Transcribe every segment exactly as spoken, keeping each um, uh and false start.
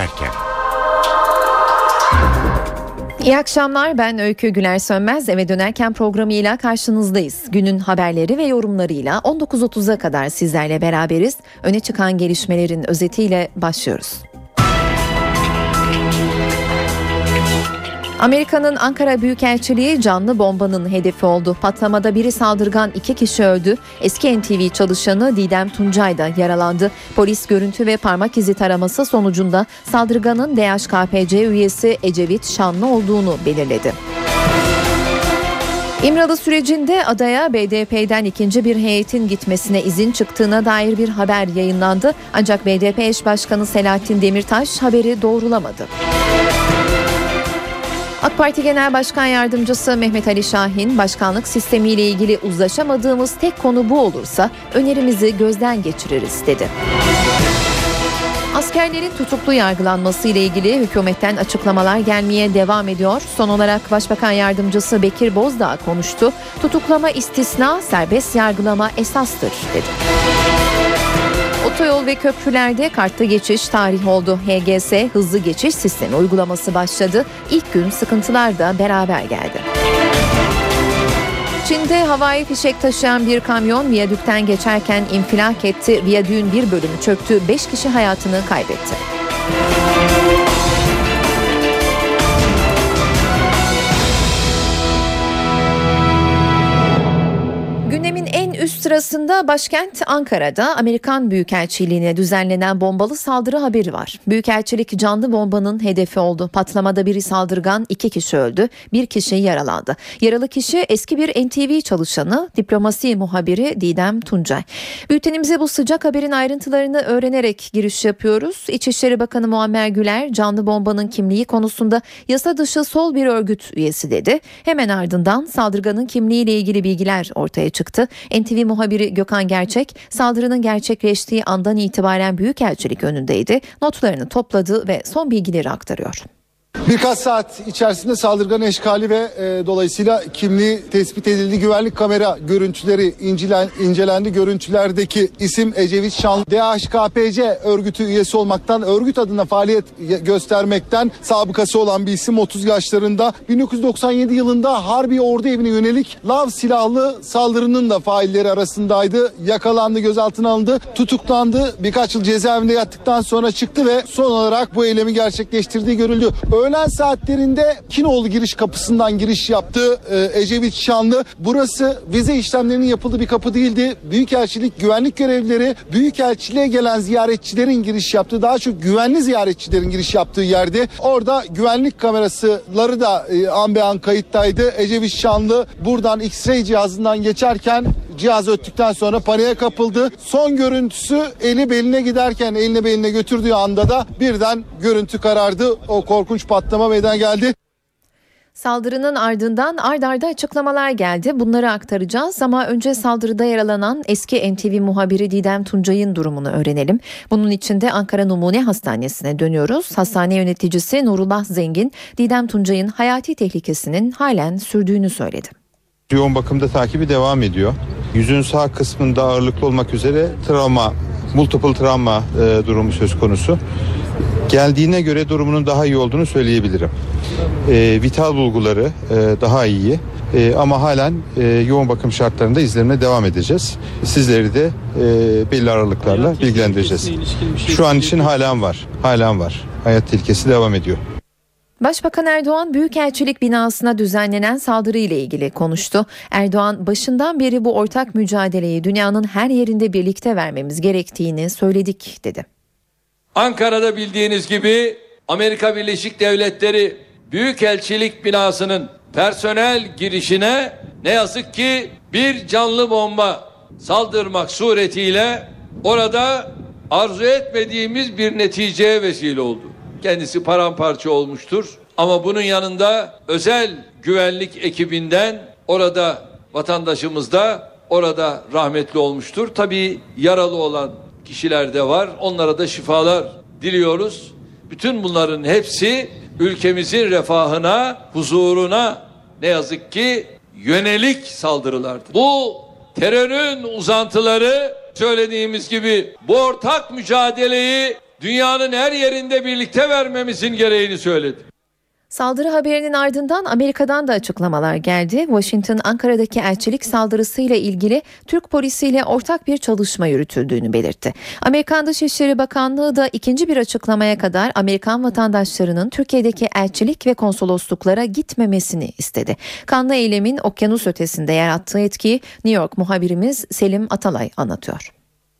dönerken. İyi akşamlar, ben Öykü Güler Sönmez. Eve dönerken programıyla karşınızdayız. Günün haberleri ve yorumlarıyla on dokuz otuza kadar sizlerle beraberiz. Öne çıkan gelişmelerin özetiyle başlıyoruz. Amerika'nın Ankara Büyükelçiliği canlı bombanın hedefi oldu. Patlamada biri saldırgan, iki kişi öldü. Eski N T V çalışanı Didem Tuncay da yaralandı. Polis görüntü ve parmak izi taraması sonucunda saldırganın D H K P C üyesi Ecevit Şanlı olduğunu belirledi. İmralı sürecinde adaya B D P'den ikinci bir heyetin gitmesine izin çıktığına dair bir haber yayınlandı. Ancak B D P eş başkanı Selahattin Demirtaş haberi doğrulamadı. AK Parti Genel Başkan Yardımcısı Mehmet Ali Şahin, başkanlık sistemiyle ilgili uzlaşamadığımız tek konu bu olursa önerimizi gözden geçiririz dedi. Askerlerin tutuklu yargılanması ile ilgili hükümetten açıklamalar gelmeye devam ediyor. Son olarak Başbakan Yardımcısı Bekir Bozdağ konuştu. Tutuklama istisna, serbest yargılama esastır dedi. Otoyol ve köprülerde kartlı geçiş tarih oldu. H G S hızlı geçiş sistemi uygulaması başladı. İlk gün sıkıntılar da beraber geldi. Çin'de havai fişek taşıyan bir kamyon viyadükten geçerken infilak etti. Viyadüğün bir bölümü çöktü. Beş kişi hayatını kaybetti. Gündemin en üst sırasında başkent Ankara'da Amerikan Büyükelçiliğine düzenlenen bombalı saldırı haberi var. Büyükelçilik canlı bombanın hedefi oldu. Patlamada biri saldırgan, iki kişi öldü, bir kişi yaralandı. Yaralı kişi eski bir N T V çalışanı, diplomasi muhabiri Didem Tuncay. Bültenimize bu sıcak haberin ayrıntılarını öğrenerek giriş yapıyoruz. İçişleri Bakanı Muammer Güler, canlı bombanın kimliği konusunda yasa dışı sol bir örgüt üyesi dedi. Hemen ardından saldırganın kimliğiyle ilgili bilgiler ortaya çıktı. N T V muhabiri Gökhan Gerçek, saldırının gerçekleştiği andan itibaren Büyükelçilik önündeydi. Notlarını topladı ve son bilgileri aktarıyor. Birkaç saat içerisinde saldırgan eşkali ve e, dolayısıyla kimliği tespit edildi. Güvenlik kamera görüntüleri incelen, incelendi. Görüntülerdeki isim Ecevit Şanlı. D H K P C örgütü üyesi olmaktan, örgüt adına faaliyet göstermekten sabıkası olan bir isim. otuz yaşlarında. bin dokuz yüz doksan yedi yılında Harbi Ordu Evi'ne yönelik Lav silahlı saldırının da failleri arasındaydı. Yakalandı, gözaltına alındı, tutuklandı. Birkaç yıl cezaevinde yattıktan sonra çıktı ve son olarak bu eylemi gerçekleştirdiği görüldü. Öğlen saatlerinde Kinoğlu giriş kapısından giriş yaptı e, Ecevit Şanlı. Burası vize işlemlerinin yapıldığı bir kapı değildi. Büyükelçilik güvenlik görevlileri Büyükelçiliğe gelen ziyaretçilerin giriş yaptığı, daha çok güvenli ziyaretçilerin giriş yaptığı yerde. Orada güvenlik kamerasıları da e, an be an kayıttaydı. Ecevit Şanlı buradan X-ray cihazından geçerken cihaz öttükten sonra paniğe kapıldı. Son görüntüsü eli beline giderken, eline beline götürdüğü anda da birden görüntü karardı. O korkunç patlama meydana geldi. Saldırının ardından ard arda açıklamalar geldi. Bunları aktaracağız ama önce saldırıda yaralanan eski N T V muhabiri Didem Tuncay'ın durumunu öğrenelim. Bunun için de Ankara Numune Hastanesi'ne dönüyoruz. Hastane yöneticisi Nurullah Zengin, Didem Tuncay'ın hayati tehlikesinin halen sürdüğünü söyledi. Yoğun bakımda takibi devam ediyor. Yüzün sağ kısmında ağırlıklı olmak üzere travma, multiple travma e, durumu söz konusu. Geldiğine göre durumunun daha iyi olduğunu söyleyebilirim. E, vital bulguları e, daha iyi e, ama halen e, yoğun bakım şartlarında izlemeye devam edeceğiz. Sizleri de e, belli aralıklarla bilgilendireceğiz. Şu an için halen var, halen var. Hayat tehlikesi devam ediyor. Başbakan Erdoğan Büyükelçilik binasına düzenlenen saldırı ile ilgili konuştu. Erdoğan, başından beri bu ortak mücadeleyi dünyanın her yerinde birlikte vermemiz gerektiğini söyledik dedi. Ankara'da bildiğiniz gibi Amerika Birleşik Devletleri Büyükelçilik binasının personel girişine ne yazık ki bir canlı bomba saldırmak suretiyle orada arzu etmediğimiz bir neticeye vesile oldu. Kendisi paramparça olmuştur. Ama bunun yanında özel güvenlik ekibinden orada vatandaşımız da orada rahmetli olmuştur. Tabii yaralı olan kişiler de var. Onlara da şifalar diliyoruz. Bütün bunların hepsi ülkemizin refahına, huzuruna ne yazık ki yönelik saldırılardır. Bu terörün uzantıları söylediğimiz gibi bu ortak mücadeleyi dünyanın her yerinde birlikte vermemizin gereğini söyledi. Saldırı haberinin ardından Amerika'dan da açıklamalar geldi. Washington, Ankara'daki elçilik saldırısıyla ilgili Türk polisiyle ortak bir çalışma yürütüldüğünü belirtti. Amerikan Dışişleri Bakanlığı da ikinci bir açıklamaya kadar Amerikan vatandaşlarının Türkiye'deki elçilik ve konsolosluklara gitmemesini istedi. Kanlı eylemin okyanus ötesinde yarattığı etkiyi New York muhabirimiz Selim Atalay anlatıyor.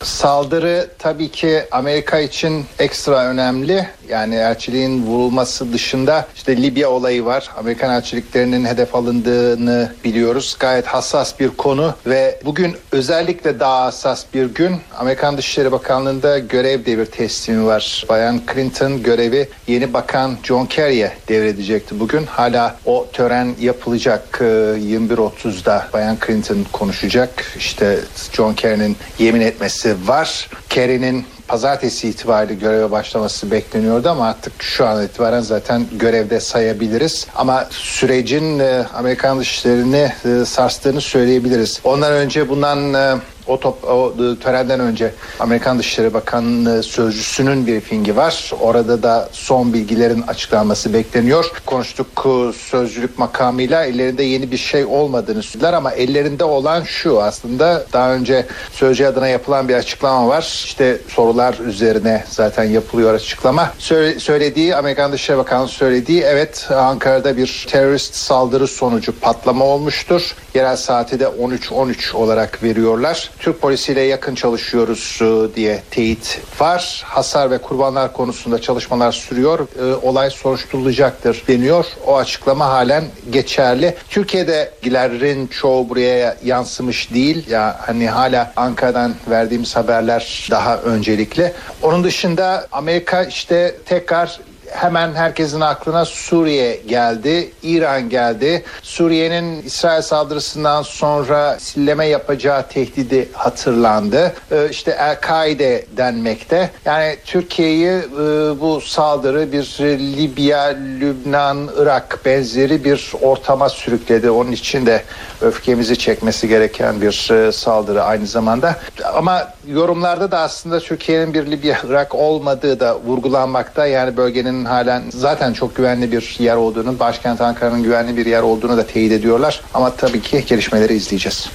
Saldırı tabii ki Amerika için ekstra önemli. Yani elçiliğin vurulması dışında işte Libya olayı var. Amerikan elçiliklerinin hedef alındığını biliyoruz. Gayet hassas bir konu ve bugün özellikle daha hassas bir gün. Amerikan Dışişleri Bakanlığı'nda görev devir teslimi var. Bayan Clinton görevi yeni bakan John Kerry'e devredecekti bugün. Hala o tören yapılacak. yirmi bir otuzda Bayan Clinton konuşacak. İşte John Kerry'nin yemin etmesi var. Kerry'nin pazartesi itibariyle göreve başlaması bekleniyordu ama artık şu an itibaren zaten görevde sayabiliriz. Ama sürecin e, Amerikan dışişlerini e, sarstığını söyleyebiliriz. Ondan önce bundan e, o, top, o törenden önce Amerikan Dışişleri Bakanlığı sözcüsünün briefingi var. Orada da son bilgilerin açıklanması bekleniyor. Konuştuk sözcülük makamıyla, ellerinde yeni bir şey olmadığını söylediler ama ellerinde olan şu: aslında daha önce sözcü adına yapılan bir açıklama var. İşte sorular üzerine zaten yapılıyor açıklama. Söyle, söylediği Amerikan Dışişleri Bakanlığı söylediği evet, Ankara'da bir terörist saldırı sonucu patlama olmuştur. Yerel saati de on üç on üç olarak veriyorlar. Türk polisiyle yakın çalışıyoruz diye teyit var. Hasar ve kurbanlar konusunda çalışmalar sürüyor. Olay soruşturulacaktır deniyor. O açıklama halen geçerli. Türkiye'dekilerin çoğu buraya yansımış değil. Ya hani hala Ankara'dan verdiğimiz haberler daha öncelikli. Onun dışında Amerika işte tekrar hemen herkesin aklına Suriye geldi, İran geldi. Suriye'nin İsrail saldırısından sonra silleme yapacağı tehdidi hatırlandı. Ee, işte El-Kaide denmekte. Yani Türkiye'yi e, bu saldırı bir Libya, Lübnan, Irak benzeri bir ortama sürükledi. Onun için de öfkemizi çekmesi gereken bir e, saldırı aynı zamanda. Ama yorumlarda da aslında Türkiye'nin bir Libya, Irak olmadığı da vurgulanmakta. Yani bölgenin halen zaten çok güvenli bir yer olduğunu, başkent Ankara'nın güvenli bir yer olduğunu da teyit ediyorlar. Ama tabii ki gelişmeleri izleyeceğiz.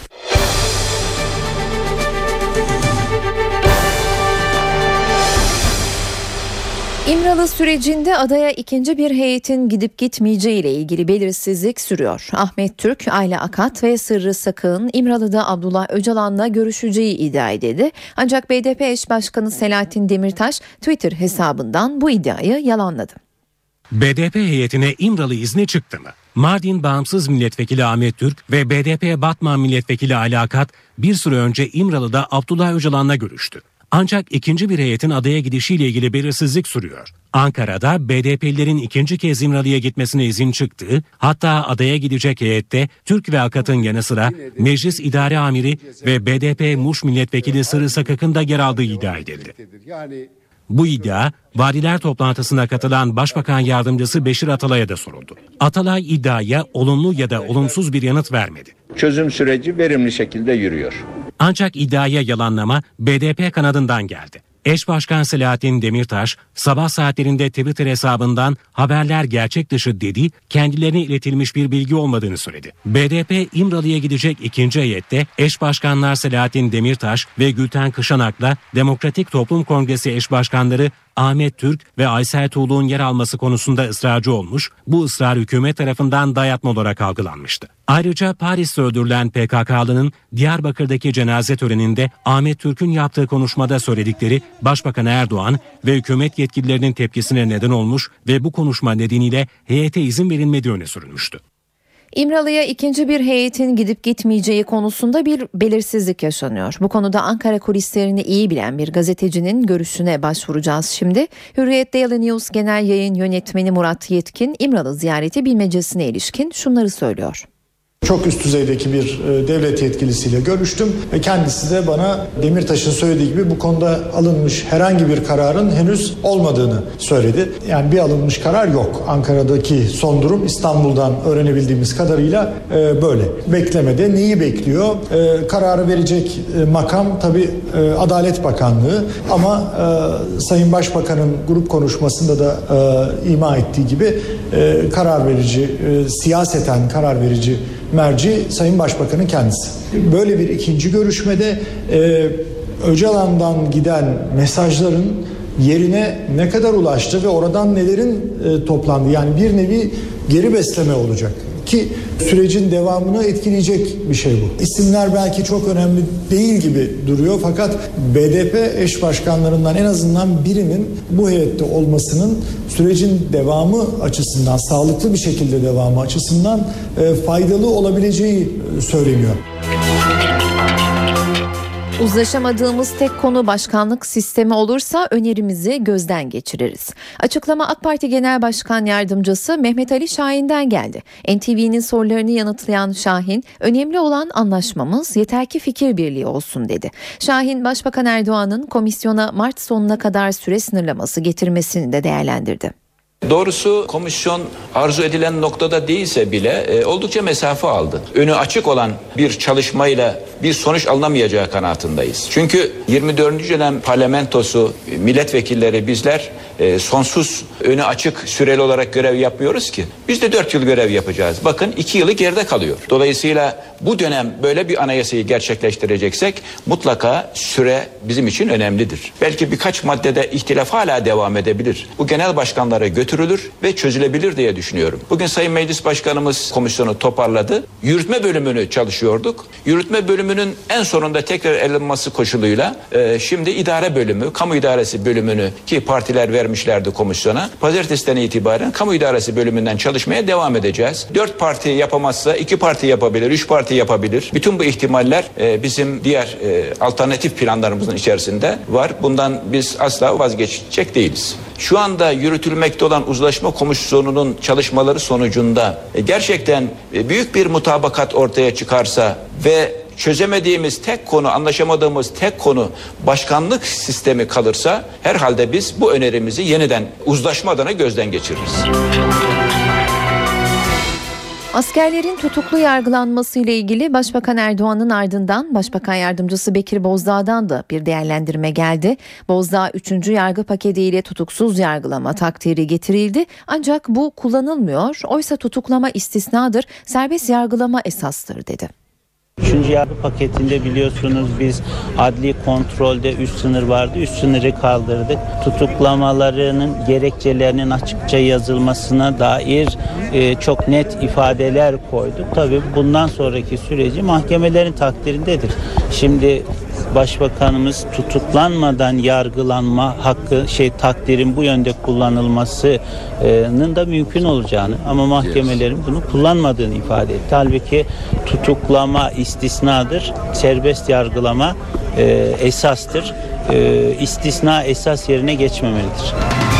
İmralı sürecinde adaya ikinci bir heyetin gidip gitmeyeceği ile ilgili belirsizlik sürüyor. Ahmet Türk, Ayla Akat ve Sırrı Sakık'ın İmralı'da Abdullah Öcalan'la görüşeceği iddia edildi. Ancak B D P eş başkanı Selahattin Demirtaş Twitter hesabından bu iddiayı yalanladı. B D P heyetine İmralı izni çıktı mı? Mardin Bağımsız Milletvekili Ahmet Türk ve B D P Batman Milletvekili Ayla Akat bir süre önce İmralı'da Abdullah Öcalan'la görüştü. Ancak ikinci bir heyetin adaya gidişiyle ilgili belirsizlik sürüyor. Ankara'da B D P'lilerin ikinci kez İmralı'ya gitmesine izin çıktı. Hatta adaya gidecek heyette Türk ve Akat'ın yanı sıra Meclis İdare Amiri ve B D P Muş Milletvekili Sırrı Sakık'ın da yer aldığı iddia edildi. Bu iddia valiler toplantısına katılan Başbakan Yardımcısı Beşir Atalay'a da soruldu. Atalay iddiaya olumlu ya da olumsuz bir yanıt vermedi. Çözüm süreci verimli şekilde yürüyor. Ancak iddiaya yalanlama B D P kanadından geldi. Eş Başkan Selahattin Demirtaş sabah saatlerinde Twitter hesabından haberler gerçek dışı dedi, kendilerine iletilmiş bir bilgi olmadığını söyledi. B D P İmralı'ya gidecek ikinci heyette eş başkanlar Selahattin Demirtaş ve Gülten Kışanak'la Demokratik Toplum Kongresi eş başkanları Ahmet Türk ve Aysel Tuğlu'nun yer alması konusunda ısrarcı olmuş, bu ısrar hükümet tarafından dayatma olarak algılanmıştı. Ayrıca Paris'te öldürülen P K K'lının Diyarbakır'daki cenaze töreninde Ahmet Türk'ün yaptığı konuşmada söyledikleri Başbakan Erdoğan ve hükümet yetkililerinin tepkisine neden olmuş ve bu konuşma nedeniyle heyete izin verilmediği öne sürülmüştü. İmralı'ya ikinci bir heyetin gidip gitmeyeceği konusunda bir belirsizlik yaşanıyor. Bu konuda Ankara kulislerini iyi bilen bir gazetecinin görüşüne başvuracağız şimdi. Hürriyet Daily News Genel Yayın Yönetmeni Murat Yetkin, İmralı ziyareti bilmecesine ilişkin şunları söylüyor. Çok üst düzeydeki bir devlet yetkilisiyle görüştüm ve kendisi de bana Demirtaş'ın söylediği gibi bu konuda alınmış herhangi bir kararın henüz olmadığını söyledi. Yani bir alınmış karar yok. Ankara'daki son durum İstanbul'dan öğrenebildiğimiz kadarıyla böyle. Beklemede neyi bekliyor? Kararı verecek makam tabii Adalet Bakanlığı ama Sayın Başbakan'ın grup konuşmasında da ima ettiği gibi karar verici, siyaseten karar verici merci Sayın Başbakan'ın kendisi. Böyle bir ikinci görüşmede e, Öcalan'dan giden mesajların yerine ne kadar ulaştı ve oradan nelerin e, toplandı? Yani bir nevi geri besleme olacak ki sürecin devamını etkileyecek bir şey bu. İsimler belki çok önemli değil gibi duruyor fakat B D P eş başkanlarından en azından birinin bu heyette olmasının sürecin devamı açısından, sağlıklı bir şekilde devamı açısından e, faydalı olabileceği söyleniyor. Uzlaşamadığımız tek konu başkanlık sistemi olursa önerimizi gözden geçiririz. Açıklama AK Parti Genel Başkan Yardımcısı Mehmet Ali Şahin'den geldi. N T V'nin sorularını yanıtlayan Şahin, önemli olan anlaşmamız yeter ki fikir birliği olsun dedi. Şahin, Başbakan Erdoğan'ın komisyona Mart sonuna kadar süre sınırlaması getirmesini de değerlendirdi. Doğrusu komisyon arzu edilen noktada değilse bile e, oldukça mesafe aldı. Önü açık olan bir çalışmayla bir sonuç alınamayacağı kanaatindayız. Çünkü yirmi dördüncü dönem parlamentosu, milletvekilleri bizler e, sonsuz önü açık süreli olarak görev yapmıyoruz ki. Biz de dört yıl görev yapacağız. Bakın iki yılı geride kalıyor. Dolayısıyla bu dönem böyle bir anayasayı gerçekleştireceksek mutlaka süre bizim için önemlidir. Belki birkaç maddede ihtilaf hala devam edebilir. Bu genel başkanlara götürülür ve çözülebilir diye düşünüyorum. Bugün Sayın Meclis Başkanımız komisyonu toparladı. Yürütme bölümünü çalışıyorduk. Yürütme bölümünün en sonunda tekrar alınması koşuluyla e, şimdi idare bölümü, kamu idaresi bölümünü ki partiler vermişlerdi komisyona. Pazartesiden itibaren kamu idaresi bölümünden çalışmaya devam edeceğiz. Dört parti yapamazsa iki parti yapabilir, üç parti yapabilir. Bütün bu ihtimaller e, bizim diğer e, alternatif planlarımızın içerisinde var. Bundan biz asla vazgeçecek değiliz. Şu anda yürütülmekte olan uzlaşma komisyonunun çalışmaları sonucunda e, gerçekten e, büyük bir mutabakat ortaya çıkarsa ve çözemediğimiz tek konu, anlaşamadığımız tek konu başkanlık sistemi kalırsa herhalde biz bu önerimizi yeniden uzlaşma adına gözden geçiririz. Askerlerin tutuklu yargılanması ile ilgili Başbakan Erdoğan'ın ardından Başbakan Yardımcısı Bekir Bozdağ'dan da bir değerlendirme geldi. Bozdağ üçüncü yargı paketiyle tutuksuz yargılama takdiri getirildi. Ancak bu kullanılmıyor. Oysa tutuklama istisnadır, serbest yargılama esastır dedi. Üçüncü yargı paketinde biliyorsunuz biz adli kontrolde üst sınır vardı. Üst sınırı kaldırdık. Tutuklamalarının gerekçelerinin açıkça yazılmasına dair e, çok net ifadeler koyduk. Tabii bundan sonraki süreci mahkemelerin takdirindedir. Şimdi Başbakanımız tutuklanmadan yargılanma hakkı şey takdirin bu yönde kullanılmasının da mümkün olacağını ama mahkemelerin bunu kullanmadığını ifade etti. Halbuki tutuklama istisnadır, serbest yargılama e, esastır. E, istisna esas yerine geçmemelidir.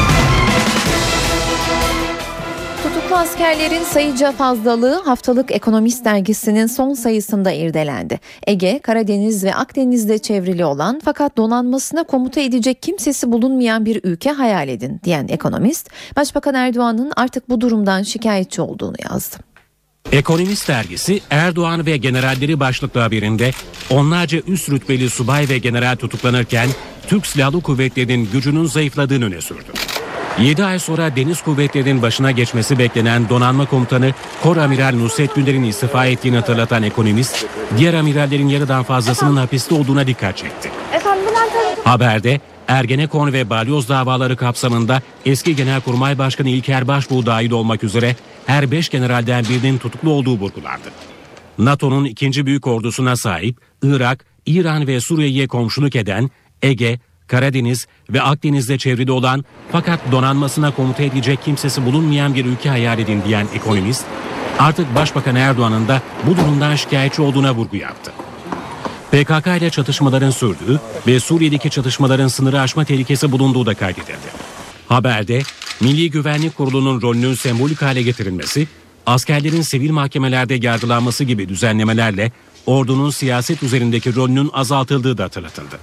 Askerlerin sayıca fazlalığı Haftalık Ekonomist dergisinin son sayısında irdelendi. Ege, Karadeniz ve Akdeniz'de çevrili olan fakat donanmasına komuta edecek kimsesi bulunmayan bir ülke hayal edin diyen ekonomist, Başbakan Erdoğan'ın artık bu durumdan şikayetçi olduğunu yazdı. Ekonomist dergisi Erdoğan ve generalleri başlıklı haberinde onlarca üst rütbeli subay ve general tutuklanırken Türk Silahlı Kuvvetleri'nin gücünün zayıfladığını öne sürdü. yedi ay sonra Deniz Kuvvetleri'nin başına geçmesi beklenen donanma komutanı Kor Amiral Nusret Günder'in istifa ettiğini hatırlatan ekonomist, diğer amirallerin yarıdan fazlasının hapiste olduğuna dikkat çekti. Haberde Ergenekon ve Balyoz davaları kapsamında eski Genelkurmay Başkanı İlker Başbuğ dahil olmak üzere her beş generalden birinin tutuklu olduğu vurgulandı. NATO'nun ikinci büyük ordusuna sahip Irak, İran ve Suriye'ye komşuluk eden Ege, Karadeniz ve Akdeniz'de çevrili olan fakat donanmasına komuta edecek kimsesi bulunmayan bir ülke hayal edin diyen ekonomist, artık Başbakan Erdoğan'ın da bu durumdan şikayetçi olduğuna vurgu yaptı. P K K ile çatışmaların sürdüğü ve Suriye'deki çatışmaların sınırı aşma tehlikesi bulunduğu da kaydedildi. Haberde Milli Güvenlik Kurulu'nun rolünün sembolik hale getirilmesi, Askerlerin sivil mahkemelerde yargılanması gibi düzenlemelerle ordunun siyaset üzerindeki rolünün azaltıldığı da hatırlatıldı.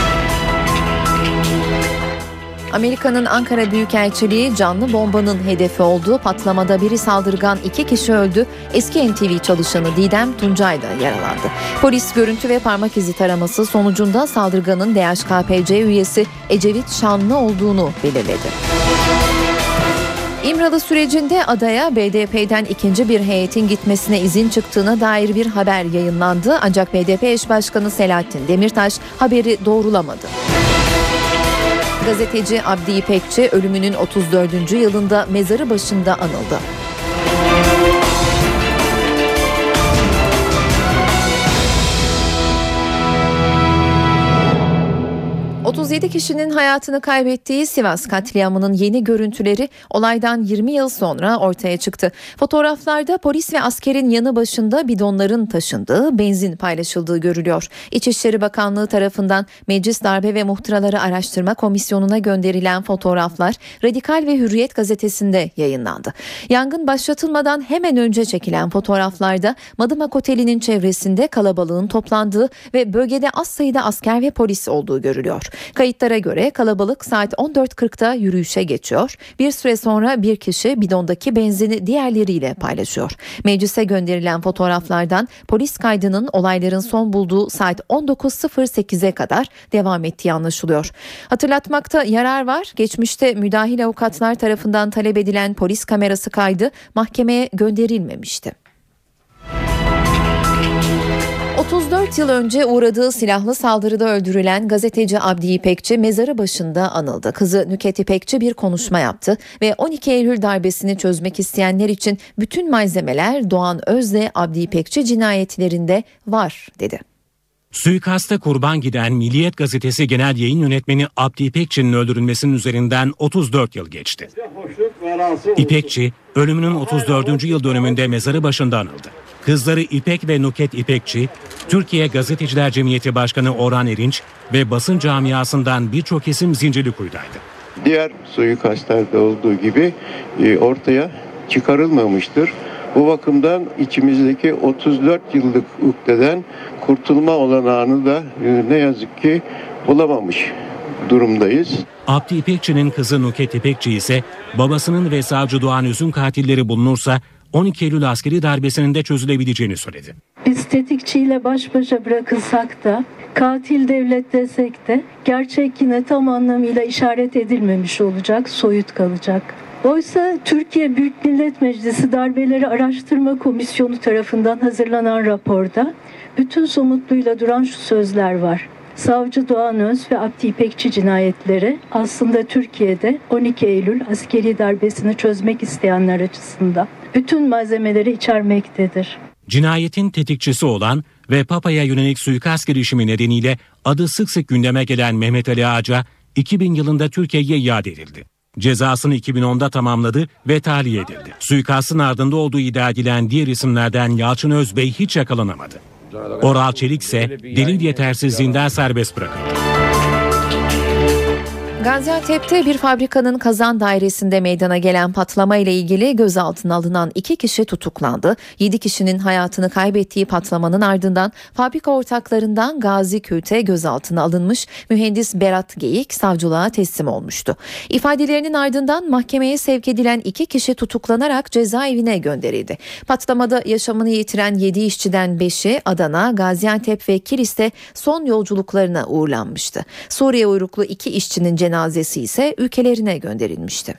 Amerika'nın Ankara Büyükelçiliği canlı bombanın hedefi oldu. Patlamada biri saldırgan iki kişi öldü. Eski N T V çalışanı Didem Tuncay da yaralandı. Polis görüntü ve parmak izi taraması sonucunda saldırganın D H K P C üyesi Ecevit Şanlı olduğunu belirledi. İmralı sürecinde adaya B D P'den ikinci bir heyetin gitmesine izin çıktığına dair bir haber yayınlandı. Ancak B D P eş başkanı Selahattin Demirtaş haberi doğrulamadı. Gazeteci Abdi İpekçi ölümünün otuz dördüncü yılında mezarı başında anıldı. otuz yedi kişinin hayatını kaybettiği Sivas katliamının yeni görüntüleri olaydan yirmi yıl sonra ortaya çıktı. Fotoğraflarda polis ve askerin yanı başında bidonların taşındığı, benzin paylaşıldığı görülüyor. İçişleri Bakanlığı tarafından Meclis Darbe ve Muhtıraları Araştırma Komisyonu'na gönderilen fotoğraflar Radikal ve Hürriyet gazetesinde yayınlandı. Yangın başlatılmadan hemen önce çekilen fotoğraflarda Madımak Oteli'nin çevresinde kalabalığın toplandığı ve bölgede az sayıda asker ve polis olduğu görülüyor. Kayıtlara göre kalabalık saat on dört kırkta yürüyüşe geçiyor. Bir süre sonra bir kişi bidondaki benzini diğerleriyle paylaşıyor. Meclise gönderilen fotoğraflardan polis kaydının olayların son bulduğu saat on dokuz sıfır sekize kadar devam ettiği anlaşılıyor. Hatırlatmakta yarar var. Geçmişte müdahil avukatlar tarafından talep edilen polis kamerası kaydı mahkemeye gönderilmemişti. otuz dört yıl önce uğradığı silahlı saldırıda öldürülen gazeteci Abdi İpekçi mezarı başında anıldı. Kızı Nüket İpekçi bir konuşma yaptı ve on iki Eylül darbesini çözmek isteyenler için bütün malzemeler Doğan Öz'le Abdi İpekçi cinayetlerinde var dedi. Suikasta kurban giden Milliyet Gazetesi Genel Yayın Yönetmeni Abdi İpekçi'nin öldürülmesinin üzerinden otuz dört yıl geçti. İpekçi, ölümünün otuz dördüncü yıl dönümünde mezarı başında anıldı. Kızları İpek ve Nuket İpekçi, Türkiye Gazeteciler Cemiyeti Başkanı Orhan Erinç ve basın camiasından birçok isim Zincirlikuyu'daydı. Diğer suikastlarda olduğu gibi ortaya çıkarılmamıştır. Bu bakımdan içimizdeki otuz dört yıllık ukdeden kurtulma olanağını da ne yazık ki bulamamış durumdayız. Abdi İpekçi'nin kızı Nuket İpekçi ise babasının ve savcı Doğan Öz'ün katilleri bulunursa on iki Eylül askeri darbesinin de çözülebileceğini söyledi. Biz tetikçiyle baş başa bırakılsak da, katil devlet desek de gerçek yine tam anlamıyla işaret edilmemiş olacak, soyut kalacak. Oysa Türkiye Büyük Millet Meclisi Darbeleri Araştırma Komisyonu tarafından hazırlanan raporda bütün somutluğuyla duran şu sözler var. Savcı Doğan Öz ve Abdi İpekçi cinayetleri aslında Türkiye'de on iki Eylül askeri darbesini çözmek isteyenler açısından bütün malzemeleri içermektedir. Cinayetin tetikçisi olan ve Papa'ya yönelik suikast girişimi nedeniyle adı sık sık gündeme gelen Mehmet Ali Ağca iki bin yılında Türkiye'ye iade edildi. Cezasını iki bin onda tamamladı ve tahliye edildi. Suikastın ardında olduğu iddia edilen diğer isimlerden Yalçın Özbey hiç yakalanamadı. Oral Çelik ise delil yetersizliğinden serbest bırakıldı. Gaziantep'te bir fabrikanın kazan dairesinde meydana gelen patlama ile ilgili gözaltına alınan iki kişi tutuklandı. yedi kişinin hayatını kaybettiği patlamanın ardından fabrika ortaklarından Gazi Kült'e gözaltına alınmış mühendis Berat Geyik savcılığa teslim olmuştu. İfadelerinin ardından mahkemeye sevk edilen iki kişi tutuklanarak cezaevine gönderildi. Patlamada yaşamını yitiren yedi işçiden beşi Adana, Gaziantep ve Kilis'te son yolculuklarına uğurlanmıştı. Suriye uyruklu iki işçinin cenazesi ise ülkelerine gönderilmişti.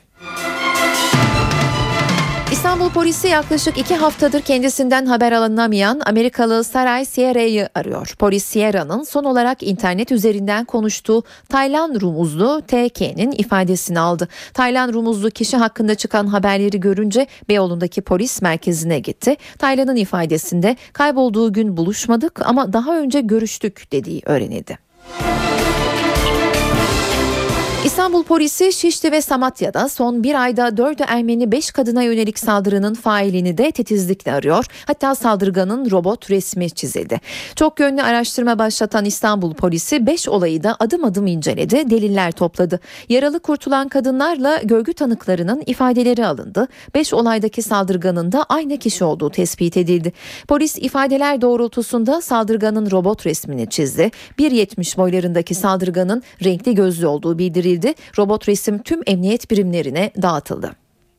İstanbul polisi yaklaşık iki haftadır kendisinden haber alınamayan Amerikalı Saray Sierra'yı arıyor. Polis Sierra'nın son olarak internet üzerinden konuştuğu Taylan Rumuzlu T K'nin ifadesini aldı. Taylan Rumuzlu kişi hakkında çıkan haberleri görünce Beyoğlu'ndaki polis merkezine gitti. Taylan'ın ifadesinde kaybolduğu gün buluşmadık ama daha önce görüştük dediği öğrenildi. İstanbul polisi Şişli ve Samatya'da son bir ayda dört Ermeni beş kadına yönelik saldırının failini de titizlikle arıyor. Hatta saldırganın robot resmi çizildi. Çok yönlü araştırma başlatan İstanbul polisi beş olayı da adım adım inceledi, deliller topladı. Yaralı kurtulan kadınlarla görgü tanıklarının ifadeleri alındı. beş olaydaki saldırganın da aynı kişi olduğu tespit edildi. Polis ifadeler doğrultusunda saldırganın robot resmini çizdi. bir yetmiş boylarındaki saldırganın renkli gözlü olduğu bildirildi. Robot resim tüm emniyet birimlerine dağıtıldı.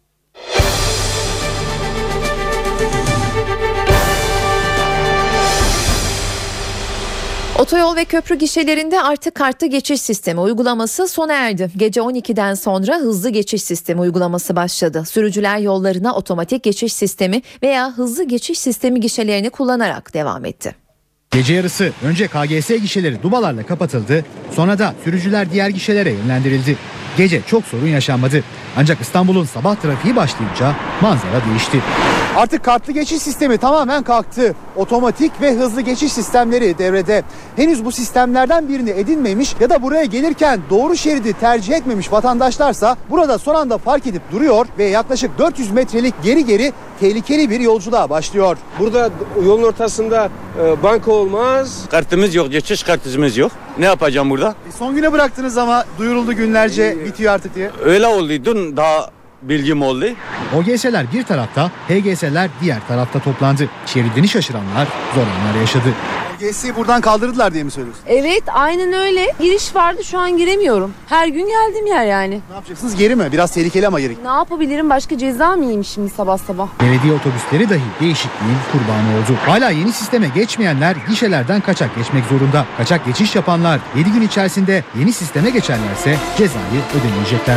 Otoyol ve köprü gişelerinde artık kartlı geçiş sistemi uygulaması sona erdi. Gece on ikiden sonra hızlı geçiş sistemi uygulaması başladı. Sürücüler yollarına otomatik geçiş sistemi veya hızlı geçiş sistemi gişelerini kullanarak devam etti. Gece yarısı önce K G S gişeleri dubalarla kapatıldı, sonra da sürücüler diğer gişelere yönlendirildi. Gece çok sorun yaşanmadı. Ancak İstanbul'un sabah trafiği başlayınca manzara değişti. Artık kartlı geçiş sistemi tamamen kalktı. Otomatik ve hızlı geçiş sistemleri devrede. Henüz bu sistemlerden birini edinmemiş ya da buraya gelirken doğru şeridi tercih etmemiş vatandaşlarsa burada son anda fark edip duruyor ve yaklaşık dört yüz metrelik geri geri tehlikeli bir yolculuğa başlıyor. Burada yolun ortasında e, banka olmaz. Kartımız yok, geçiş kartımız yok. Ne yapacağım burada? E son güne bıraktınız ama duyuruldu günlerce bitiyor artık diye. Öyle oldu. Dün daha bilgim oldu. O G S'ler bir tarafta, H G S'ler diğer tarafta toplandı. Şeridini şaşıranlar zor anlar yaşadı. O G S'yi buradan kaldırdılar diye mi söylüyorsun? Evet, aynen öyle. Giriş vardı, şu an giremiyorum. Her gün geldiğim yer yani. Ne yapacaksınız? Geri mi? Biraz tehlikeli ama geri. Ne yapabilirim? Başka ceza mı yiyeyim şimdi sabah sabah? Belediye otobüsleri dahi değişikliğin kurbanı oldu. Hala yeni sisteme geçmeyenler gişelerden kaçak geçmek zorunda. Kaçak geçiş yapanlar yedi gün içerisinde yeni sisteme geçerlerse cezayı ödemeyecekler.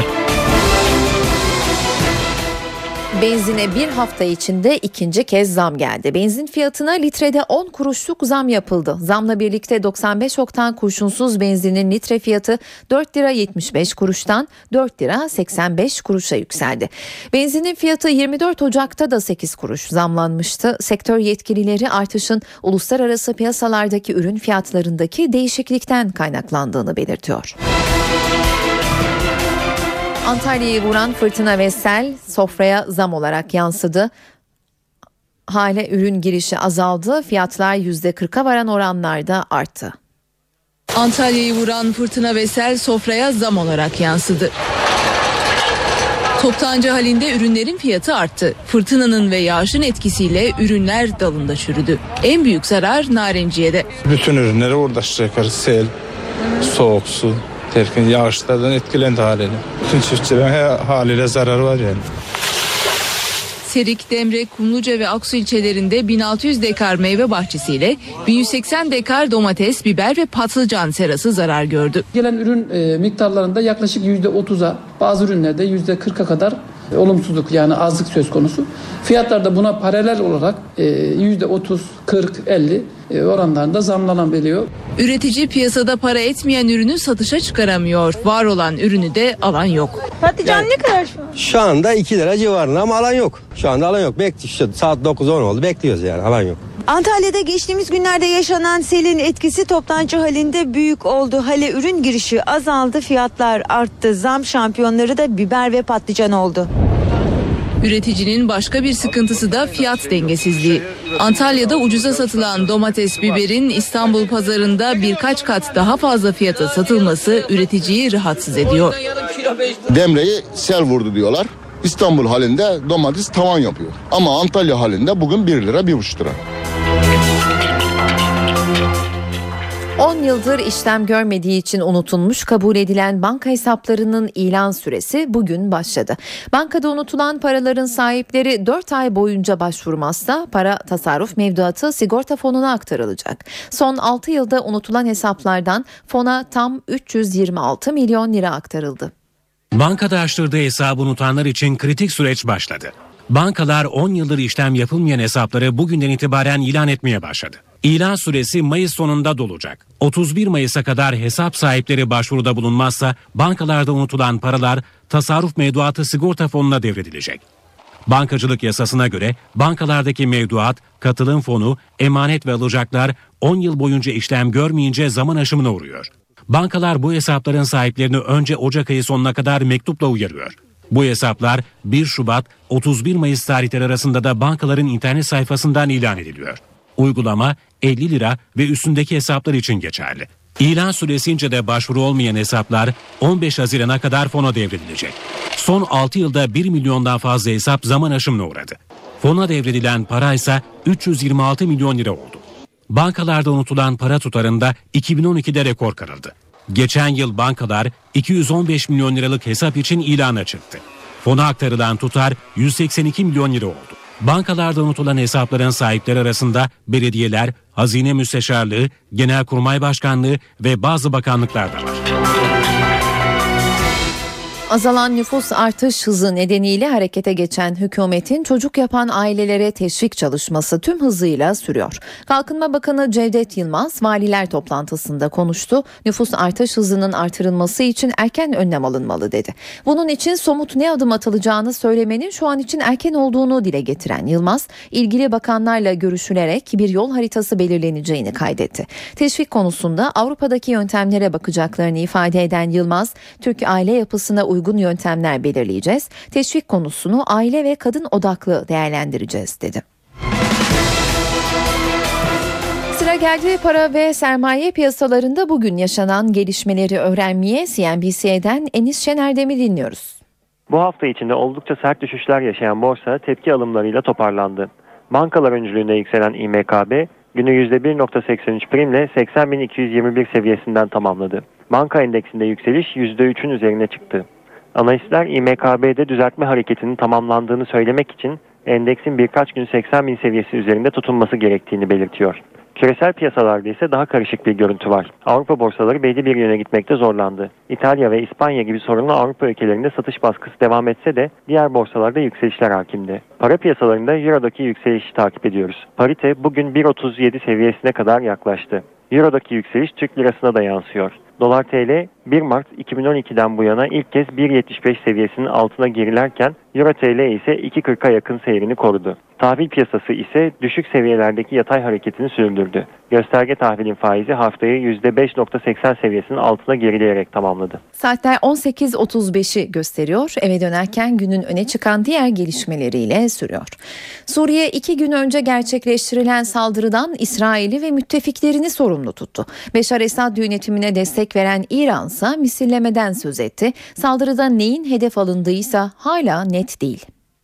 Benzine bir hafta içinde ikinci kez zam geldi. Benzin fiyatına litrede on kuruşluk zam yapıldı. Zamla birlikte doksan beş oktan kurşunsuz benzinin litre fiyatı dört lira yetmiş beş kuruştan dört lira seksen beş kuruşa yükseldi. Benzinin fiyatı yirmi dört Ocak'ta da sekiz kuruş zamlanmıştı. Sektör yetkilileri artışın uluslararası piyasalardaki ürün fiyatlarındaki değişiklikten kaynaklandığını belirtiyor. Antalya'yı vuran fırtına ve sel sofraya zam olarak yansıdı. Hale ürün girişi azaldı, fiyatlar yüzde kırka varan oranlarda arttı. Antalya'yı vuran fırtına ve sel sofraya zam olarak yansıdı. Toptancı halinde ürünlerin fiyatı arttı. Fırtınanın ve yağışın etkisiyle ürünler dalında çürüdü. En büyük zarar narenciyede. Bütün ürünleri orada çıkarız. Sel, soğuk su. Derken yağışlardan etkilendi haliyle. Bütün çiftçilerin haliyle zararı var yani. Serik, Demre, Kumluca ve Aksu ilçelerinde bin altı yüz dekar meyve bahçesiyle bin yüz seksen dekar domates, biber ve patlıcan serası zarar gördü. Gelen ürün e, miktarlarında yaklaşık yüzde otuza, bazı ürünlerde yüzde kırka kadar e, olumsuzluk yani azlık söz konusu. Fiyatlar da buna paralel olarak e, yüzde otuz, kırk, elli e, oranlarında zamlanabiliyor. Üretici piyasada para etmeyen ürünü satışa çıkaramıyor. Var olan ürünü de alan yok. Patlıcan yani, ne kadar şu an? Şu anda iki lira civarında ama alan yok. Şu anda alan yok. Bekliyoruz. Saat dokuz on oldu. Bekliyoruz yani. Alan yok. Antalya'da geçtiğimiz günlerde yaşanan selin etkisi toptancı halinde büyük oldu. Hale ürün girişi azaldı, fiyatlar arttı. Zam şampiyonları da biber ve patlıcan oldu. Üreticinin başka bir sıkıntısı da fiyat dengesizliği. Antalya'da ucuza satılan domates, biberin İstanbul pazarında birkaç kat daha fazla fiyata satılması üreticiyi rahatsız ediyor. Demre'yi sel vurdu diyorlar. İstanbul halinde domates tavan yapıyor. Ama Antalya halinde bugün bir lira bir buçuk lira. on yıldır işlem görmediği için unutulmuş kabul edilen banka hesaplarının ilan süresi bugün başladı. Bankada unutulan paraların sahipleri dört ay boyunca başvurmazsa para tasarruf mevduatı sigorta fonuna aktarılacak. Son altı yılda unutulan hesaplardan fona tam üç yüz yirmi altı milyon lira aktarıldı. Bankada açtırdığı hesabı unutanlar için kritik süreç başladı. Bankalar on yıldır işlem yapılmayan hesapları bugünden itibaren ilan etmeye başladı. İlan süresi Mayıs sonunda dolacak. otuz bir Mayıs'a kadar hesap sahipleri başvuruda bulunmazsa bankalarda unutulan paralar tasarruf mevduatı sigorta fonuna devredilecek. Bankacılık yasasına göre bankalardaki mevduat, katılım fonu, emanet ve alacaklar on yıl boyunca işlem görmeyince zaman aşımına uğruyor. Bankalar bu hesapların sahiplerini önce Ocak ayı sonuna kadar mektupla uyarıyor. Bu hesaplar bir Şubat otuz bir Mayıs tarihleri arasında da bankaların internet sayfasından ilan ediliyor. Uygulama elli lira ve üstündeki hesaplar için geçerli. İlan süresince de başvuru olmayan hesaplar on beş Haziran'a kadar fona devredilecek. Son altı yılda bir milyondan fazla hesap zaman aşımına uğradı. Fona devredilen para ise üç yüz yirmi altı milyon lira oldu. Bankalarda unutulan para tutarında iki bin on ikide rekor kırıldı. Geçen yıl bankalar iki yüz on beş milyon liralık hesap için ilana çıktı. Fona aktarılan tutar yüz seksen iki milyon lira oldu. Bankalarda unutulan hesapların sahipleri arasında belediyeler, Hazine Müsteşarlığı, Genelkurmay Başkanlığı ve bazı bakanlıklar da var. Azalan nüfus artış hızı nedeniyle harekete geçen hükümetin çocuk yapan ailelere teşvik çalışması tüm hızıyla sürüyor. Kalkınma Bakanı Cevdet Yılmaz valiler toplantısında konuştu. Nüfus artış hızının artırılması için erken önlem alınmalı dedi. Bunun için somut ne adım atılacağını söylemenin şu an için erken olduğunu dile getiren Yılmaz, ilgili bakanlarla görüşülerek bir yol haritası belirleneceğini kaydetti. Teşvik konusunda Avrupa'daki yöntemlere bakacaklarını ifade eden Yılmaz, Türk aile yapısına uygun yöntemler belirleyeceğiz. Teşvik konusunu aile ve kadın odaklı değerlendireceğiz dedi. Sıra geldi para ve sermaye piyasalarında bugün yaşanan gelişmeleri öğrenmeye C N B C'den Enis Şener'demi dinliyoruz. Bu hafta içinde oldukça sert düşüşler yaşayan borsa tepki alımlarıyla toparlandı. Bankalar öncülüğünde yükselen İ M K B günü yüzde bir virgül seksen üç primle seksen bin iki yüz yirmi bir seviyesinden tamamladı. Banka endeksinde yükseliş yüzde üçün üzerine çıktı. Analistler İ M K B'de düzeltme hareketinin tamamlandığını söylemek için endeksin birkaç gün seksen bin seviyesi üzerinde tutunması gerektiğini belirtiyor. Küresel piyasalarda ise daha karışık bir görüntü var. Avrupa borsaları belli bir yöne gitmekte zorlandı. İtalya ve İspanya gibi sorunlu Avrupa ülkelerinde satış baskısı devam etse de diğer borsalarda yükselişler hakimdi. Para piyasalarında Euro'daki yükselişi takip ediyoruz. Parite bugün bir virgül otuz yedi seviyesine kadar yaklaştı. Euro'daki yükseliş Türk lirasına da yansıyor. Dolar T L bir Mart iki bin on ikiden bu yana ilk kez bir virgül yetmiş beş seviyesinin altına gerilerken Euro T L ise iki kırka yakın seyrini korudu. Tahvil piyasası ise düşük seviyelerdeki yatay hareketini sürdürdü. Gösterge tahvilin faizi haftayı yüzde beş virgül seksen seviyesinin altına gerileyerek tamamladı. Saatler on sekiz otuz beşi gösteriyor. Eve dönerken günün öne çıkan diğer gelişmeleriyle sürüyor. Suriye iki gün önce gerçekleştirilen saldırıdan İsrail'i ve müttefiklerini sorumlu tuttu. Beşar Esad yönetimine destek veren İran ise misillemeden söz etti. Saldırıda neyin hedef alındıysa hala net değil.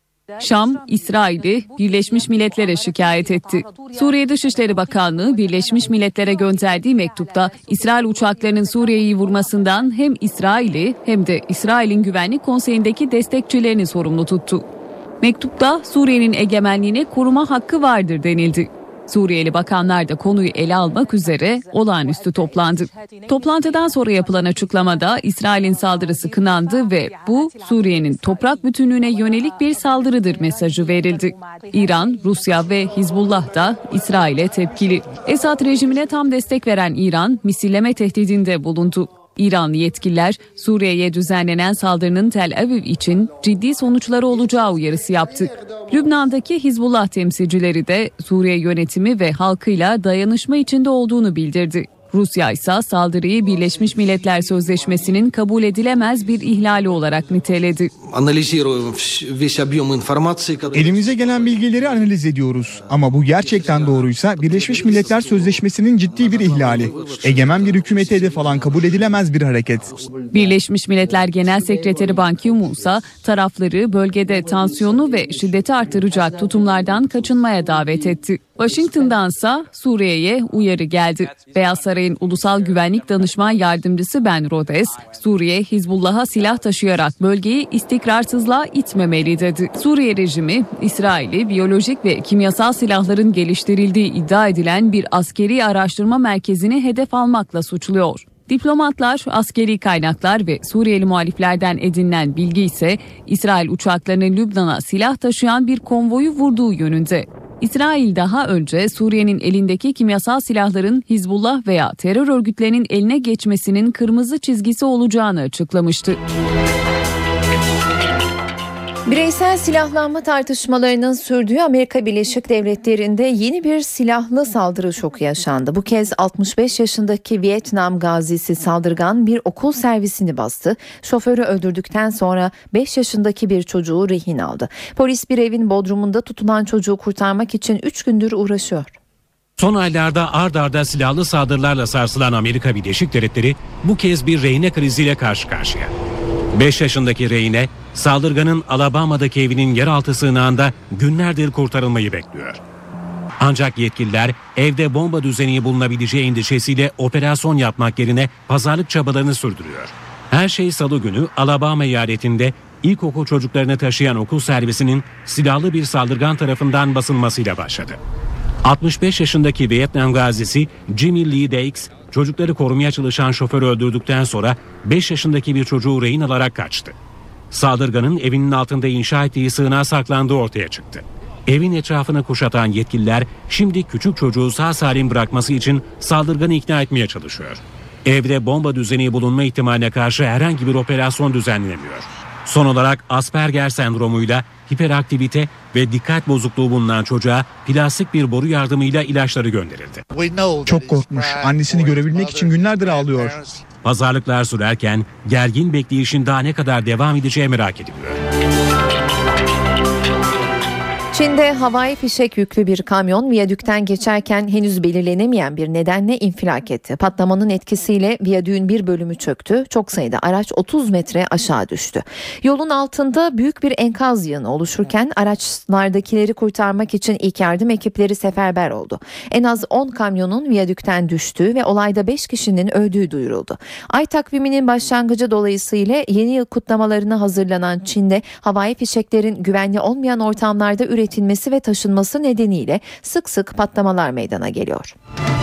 Şam, İsrail'i Birleşmiş Milletler'e şikayet etti. Suriye Dışişleri Bakanlığı Birleşmiş Milletler'e gönderdiği mektupta İsrail uçaklarının Suriye'yi vurmasından hem İsrail'i hem de İsrail'in Güvenlik Konseyi'ndeki destekçilerini sorumlu tuttu. Mektupta Suriye'nin egemenliğine koruma hakkı vardır denildi. Suriyeli bakanlar da konuyu ele almak üzere olağanüstü toplandı. Toplantıdan sonra yapılan açıklamada İsrail'in saldırısı kınandı ve bu Suriye'nin toprak bütünlüğüne yönelik bir saldırıdır mesajı verildi. İran, Rusya ve Hizbullah da İsrail'e tepkili. Esad rejimine tam destek veren İran misilleme tehdidinde bulundu. İranlı yetkililer Suriye'ye düzenlenen saldırının Tel Aviv için ciddi sonuçları olacağı uyarısı yaptı. Lübnan'daki Hizbullah temsilcileri de Suriye yönetimi ve halkıyla dayanışma içinde olduğunu bildirdi. Rusya ise saldırıyı Birleşmiş Milletler Sözleşmesi'nin kabul edilemez bir ihlali olarak niteledi. Elimize gelen bilgileri analiz ediyoruz. Ama bu gerçekten doğruysa Birleşmiş Milletler Sözleşmesi'nin ciddi bir ihlali. Egemen bir hükümete hedef alan kabul edilemez bir hareket. Birleşmiş Milletler Genel Sekreteri Ban Ki-moon ise tarafları bölgede tansiyonu ve şiddeti artıracak tutumlardan kaçınmaya davet etti. Washington'dansa Suriye'ye uyarı geldi. Beyaz Saray'ın Ulusal Güvenlik Danışman Yardımcısı Ben Rhodes, Suriye Hizbullah'a silah taşıyarak bölgeyi istikrarsızlığa itmemeli dedi. Suriye rejimi, İsrail'i biyolojik ve kimyasal silahların geliştirildiği iddia edilen bir askeri araştırma merkezini hedef almakla suçluyor. Diplomatlar, askeri kaynaklar ve Suriyeli muhaliflerden edinilen bilgi ise İsrail uçaklarının Lübnan'a silah taşıyan bir konvoyu vurduğu yönünde. İsrail daha önce Suriye'nin elindeki kimyasal silahların Hizbullah veya terör örgütlerinin eline geçmesinin kırmızı çizgisi olacağını açıklamıştı. Bireysel silahlanma tartışmalarının sürdüğü Amerika Birleşik Devletleri'nde yeni bir silahlı saldırı şoku yaşandı. Bu kez altmış beş yaşındaki Vietnam gazisi saldırgan bir okul servisini bastı. Şoförü öldürdükten sonra beş yaşındaki bir çocuğu rehin aldı. Polis bir evin bodrumunda tutulan çocuğu kurtarmak için üç gündür uğraşıyor. Son aylarda ard arda silahlı saldırılarla sarsılan Amerika Birleşik Devletleri bu kez bir rehine kriziyle karşı karşıya. beş yaşındaki rehine saldırganın Alabama'daki evinin yeraltı sığınağında günlerdir kurtarılmayı bekliyor. Ancak yetkililer evde bomba düzeni bulunabileceği endişesiyle operasyon yapmak yerine pazarlık çabalarını sürdürüyor. Her şey Salı günü Alabama eyaletinde ilkokul çocuklarını taşıyan okul servisinin silahlı bir saldırgan tarafından basılmasıyla başladı. altmış beş yaşındaki Vietnam gazisi Jimmy Lee Dakes, çocukları korumaya çalışan şoförü öldürdükten sonra beş yaşındaki bir çocuğu rehin alarak kaçtı. Saldırganın evinin altında inşa ettiği sığınağa saklandığı ortaya çıktı. Evin etrafını kuşatan yetkililer şimdi küçük çocuğu sağ salim bırakması için saldırganı ikna etmeye çalışıyor. Evde bomba düzeni bulunma ihtimaline karşı herhangi bir operasyon düzenlenemiyor. Son olarak Asperger sendromuyla hiperaktivite ve dikkat bozukluğu bulunan çocuğa plastik bir boru yardımıyla ilaçları gönderildi. Çok korkmuş. Annesini görebilmek için günlerdir ağlıyor. Pazarlıklar sürerken gergin bekleyişin daha ne kadar devam edeceği merak ediliyor. Çin'de havai fişek yüklü bir kamyon viyadükten geçerken henüz belirlenemeyen bir nedenle infilak etti. Patlamanın etkisiyle viyadüğün bir bölümü çöktü. Çok sayıda araç otuz metre aşağı düştü. Yolun altında büyük bir enkaz yığını oluşurken araçlardakileri kurtarmak için ilk yardım ekipleri seferber oldu. En az on kamyonun viyadükten düştüğü ve olayda beş kişinin öldüğü duyuruldu. Ay takviminin başlangıcı dolayısıyla yeni yıl kutlamalarına hazırlanan Çin'de havai fişeklerin güvenli olmayan ortamlarda üretilmesi üretilmesi ve taşınması nedeniyle sık sık patlamalar meydana geliyor.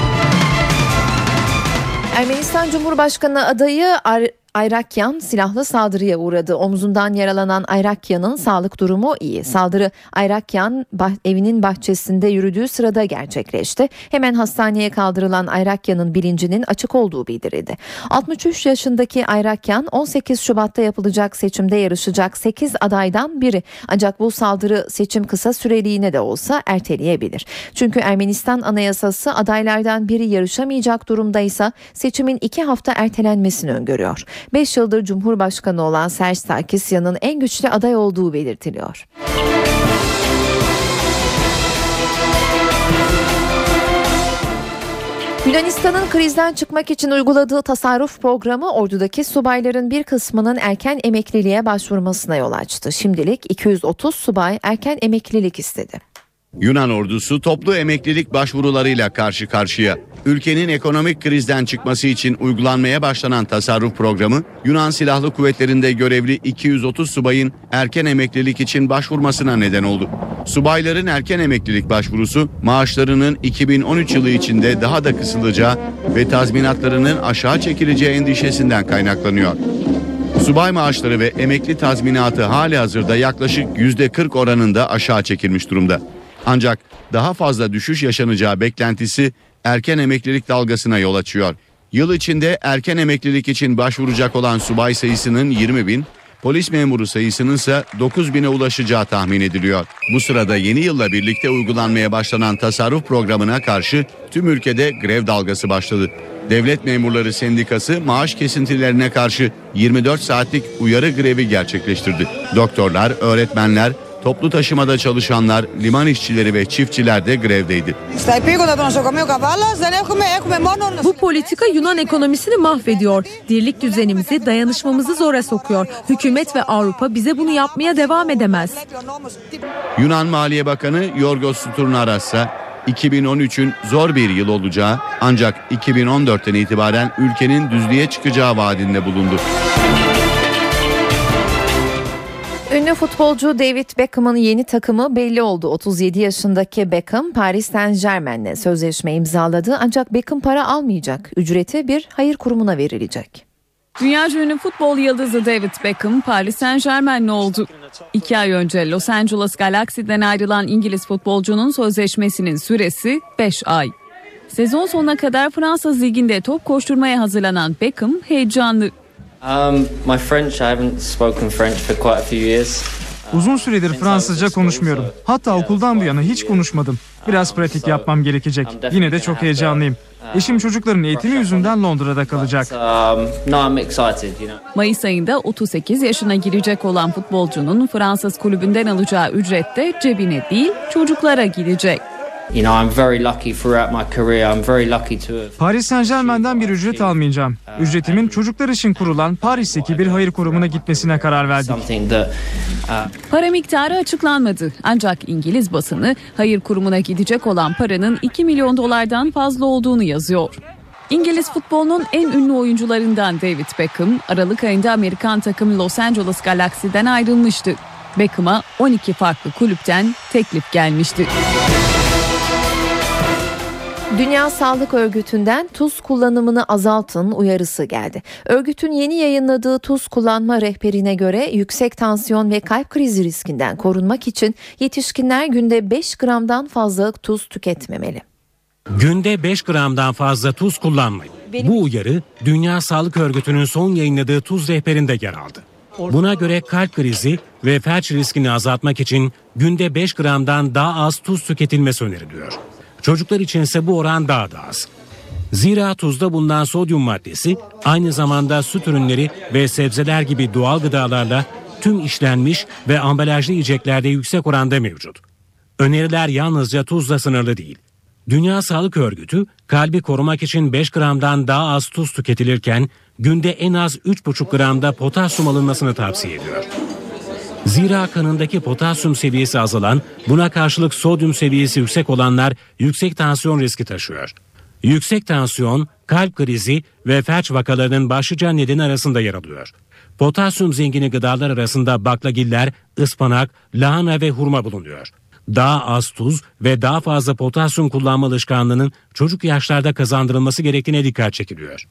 Ermenistan Cumhurbaşkanı adayı Ar- Ayrakyan silahlı saldırıya uğradı. Omzundan yaralanan Ayrakyan'ın sağlık durumu iyi. Saldırı Ayrakyan bah- evinin bahçesinde yürüdüğü sırada gerçekleşti. Hemen hastaneye kaldırılan Ayrakyan'ın bilincinin açık olduğu bildirildi. altmış üç yaşındaki Ayrakyan on sekiz Şubat'ta yapılacak seçimde yarışacak sekiz adaydan biri. Ancak bu saldırı seçim kısa süreliğine de olsa erteleyebilir. Çünkü Ermenistan Anayasası adaylardan biri yarışamayacak durumdaysa seçimin iki hafta ertelenmesini öngörüyor. beş yıldır Cumhurbaşkanı olan Serj Sarkisyan'ın en güçlü aday olduğu belirtiliyor. Yunanistan'ın krizden çıkmak için uyguladığı tasarruf programı ordudaki subayların bir kısmının erken emekliliğe başvurmasına yol açtı. Şimdilik iki yüz otuz subay erken emeklilik istedi. Yunan ordusu toplu emeklilik başvurularıyla karşı karşıya. Ülkenin ekonomik krizden çıkması için uygulanmaya başlanan tasarruf programı, Yunan Silahlı Kuvvetleri'nde görevli iki yüz otuz subayın erken emeklilik için başvurmasına neden oldu. Subayların erken emeklilik başvurusu, maaşlarının iki bin on üç yılı içinde daha da kısılacağı ve tazminatlarının aşağı çekileceği endişesinden kaynaklanıyor. Subay maaşları ve emekli tazminatı halihazırda yaklaşık yüzde kırk oranında aşağı çekilmiş durumda. Ancak daha fazla düşüş yaşanacağı beklentisi erken emeklilik dalgasına yol açıyor. Yıl içinde erken emeklilik için başvuracak olan subay sayısının yirmi bin, polis memuru sayısının ise dokuz bine ulaşacağı tahmin ediliyor. Bu sırada yeni yılla birlikte uygulanmaya başlanan tasarruf programına karşı tüm ülkede grev dalgası başladı. Devlet Memurları Sendikası maaş kesintilerine karşı yirmi dört saatlik uyarı grevi gerçekleştirdi. Doktorlar, öğretmenler, toplu taşımada çalışanlar, liman işçileri ve çiftçiler de grevdeydi. Bu politika Yunan ekonomisini mahvediyor. Dirlik düzenimizi, dayanışmamızı zora sokuyor. Hükümet ve Avrupa bize bunu yapmaya devam edemez. Yunan Maliye Bakanı Yorgos Sturnaras ise iki bin on üçün zor bir yıl olacağı ancak iki bin on dörtten itibaren ülkenin düzlüğe çıkacağı vaadinde bulundu. Ünlü futbolcu David Beckham'ın yeni takımı belli oldu. otuz yedi yaşındaki Beckham Paris Saint-Germain'le sözleşme imzaladı ancak Beckham para almayacak. Ücreti bir hayır kurumuna verilecek. Dünyaca ünlü futbol yıldızı David Beckham Paris Saint-Germain'le oldu. İki ay önce Los Angeles Galaxy'den ayrılan İngiliz futbolcunun sözleşmesinin süresi beş ay. Sezon sonuna kadar Fransız Ligi'nde top koşturmaya hazırlanan Beckham heyecanlı. Um, my French, I haven't spoken French for quite a few years. Uzun süredir Fransızca konuşmuyorum. Hatta okuldan bu yana hiç konuşmadım. Biraz pratik yapmam gerekecek. Yine de çok heyecanlıyım. Eşim çocukların eğitimi yüzünden Londra'da kalacak. Mayıs ayında otuz sekiz yaşına girecek olan futbolcunun Fransız kulübünden alacağı ücret de cebine değil çocuklara gidecek. Paris Saint-Germain'den bir ücret almayacağım. Ücretimin çocuklar için kurulan Paris'teki bir hayır kurumuna gitmesine karar verdik. Para miktarı açıklanmadı. Ancak İngiliz basını hayır kurumuna gidecek olan paranın iki milyon dolardan fazla olduğunu yazıyor. İngiliz futbolunun en ünlü oyuncularından David Beckham, Aralık ayında Amerikan takımı Los Angeles Galaxy'den ayrılmıştı. Beckham'a on iki farklı kulüpten teklif gelmişti. Dünya Sağlık Örgütü'nden tuz kullanımını azaltın uyarısı geldi. Örgütün yeni yayınladığı tuz kullanma rehberine göre yüksek tansiyon ve kalp krizi riskinden korunmak için yetişkinler günde beş gramdan fazla tuz tüketmemeli. Günde beş gramdan fazla tuz kullanmayın. Benim... Bu uyarı Dünya Sağlık Örgütü'nün son yayınladığı tuz rehberinde yer aldı. Buna göre kalp krizi ve felç riskini azaltmak için günde beş gramdan daha az tuz tüketilmesi öneriliyor. Çocuklar içinse bu oran daha da az. Zira tuzda bulunan sodyum maddesi aynı zamanda süt ürünleri ve sebzeler gibi doğal gıdalarla tüm işlenmiş ve ambalajlı yiyeceklerde yüksek oranda mevcut. Öneriler yalnızca tuzla sınırlı değil. Dünya Sağlık Örgütü kalbi korumak için beş gramdan daha az tuz tüketilirken günde en az üç buçuk gramda potasyum alınmasını tavsiye ediyor. Zira kanındaki potasyum seviyesi azalan, buna karşılık sodyum seviyesi yüksek olanlar yüksek tansiyon riski taşıyor. Yüksek tansiyon, kalp krizi ve felç vakalarının başlıca nedeni arasında yer alıyor. Potasyum zengini gıdalar arasında baklagiller, ıspanak, lahana ve hurma bulunuyor. Daha az tuz ve daha fazla potasyum kullanma alışkanlığının çocuk yaşlarda kazandırılması gerektiğine dikkat çekiliyor.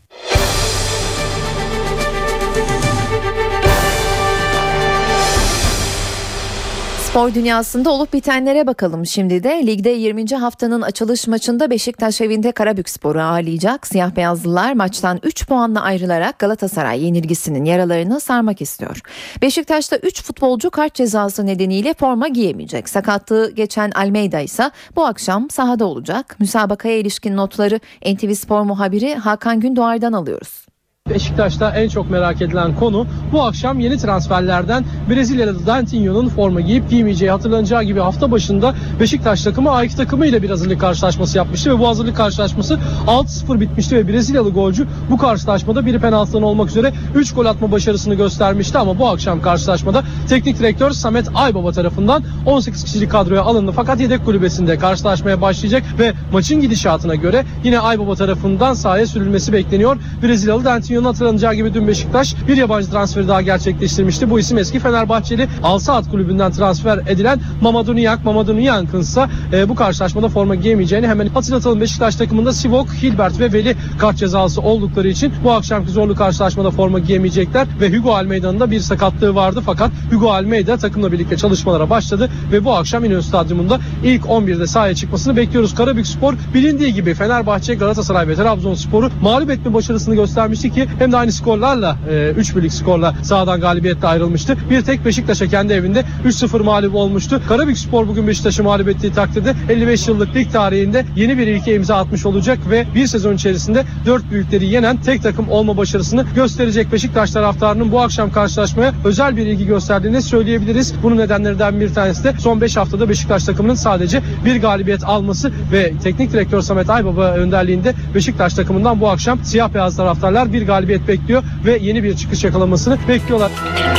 Spor dünyasında olup bitenlere bakalım şimdi de. Ligde yirminci haftanın açılış maçında Beşiktaş evinde Karabükspor'u ağırlayacak. Siyah beyazlılar maçtan üç puanla ayrılarak Galatasaray yenilgisinin yaralarını sarmak istiyor. Beşiktaş'ta üç futbolcu kart cezası nedeniyle forma giyemeyecek. Sakatlığı geçen Almeida ise bu akşam sahada olacak. Müsabakaya ilişkin notları N T V Spor muhabiri Hakan Gündoğar'dan alıyoruz. Beşiktaş'ta en çok merak edilen konu bu akşam yeni transferlerden Brezilyalı Dantinho'nun forma giyip giymeyeceği. Hatırlanacağı gibi hafta başında Beşiktaş takımı A iki takımı ile bir hazırlık karşılaşması yapmıştı ve bu hazırlık karşılaşması altı sıfır bitmişti ve Brezilyalı golcü bu karşılaşmada biri penaltıdan olmak üzere üç gol atma başarısını göstermişti ama bu akşam karşılaşmada teknik direktör Samet Aybaba tarafından on sekiz kişilik kadroya alındı fakat yedek kulübesinde karşılaşmaya başlayacak ve maçın gidişatına göre yine Aybaba tarafından sahaya sürülmesi bekleniyor. Brezilyalı Dantinho hatırlanacağı gibi dün Beşiktaş bir yabancı transferi daha gerçekleştirmişti. Bu isim eski Fenerbahçeli Al Saad kulübünden transfer edilen Mamadou Niang. Mamadou Niang'ın ise e, bu karşılaşmada forma giyemeyeceğini hemen hatırlatalım. Beşiktaş takımında Sivok, Hilbert ve Veli kart cezası oldukları için bu akşamki zorlu karşılaşmada forma giyemeyecekler ve Hugo Almeida'nın da bir sakatlığı vardı fakat Hugo Almeida takımla birlikte çalışmalara başladı ve bu akşam İnönü Stadyumunda ilk on birde sahaya çıkmasını bekliyoruz. Karabükspor bilindiği gibi Fenerbahçe, Galatasaray ve Trabzonspor'u mağlup etme başarısını göstermişti ki hem de aynı skorlarla üç birlik skorla sahadan galibiyetle ayrılmıştı. Bir tek Beşiktaş'a kendi evinde üç sıfır mağlup olmuştu. Karabükspor bugün Beşiktaş'ı mağlup ettiği takdirde elli beş yıllık lig tarihinde yeni bir ilke imza atmış olacak ve bir sezon içerisinde dört büyükleri yenen tek takım olma başarısını gösterecek. Beşiktaş taraftarının bu akşam karşılaşmaya özel bir ilgi gösterdiğini söyleyebiliriz. Bunun nedenlerinden bir tanesi de son beş haftada Beşiktaş takımının sadece bir galibiyet alması ve teknik direktör Samet Aybaba önderliğinde Beşiktaş takımından bu akşam siyah beyaz taraftarlar bir galibiyet bekliyor ve yeni bir çıkış yakalamasını bekliyorlar.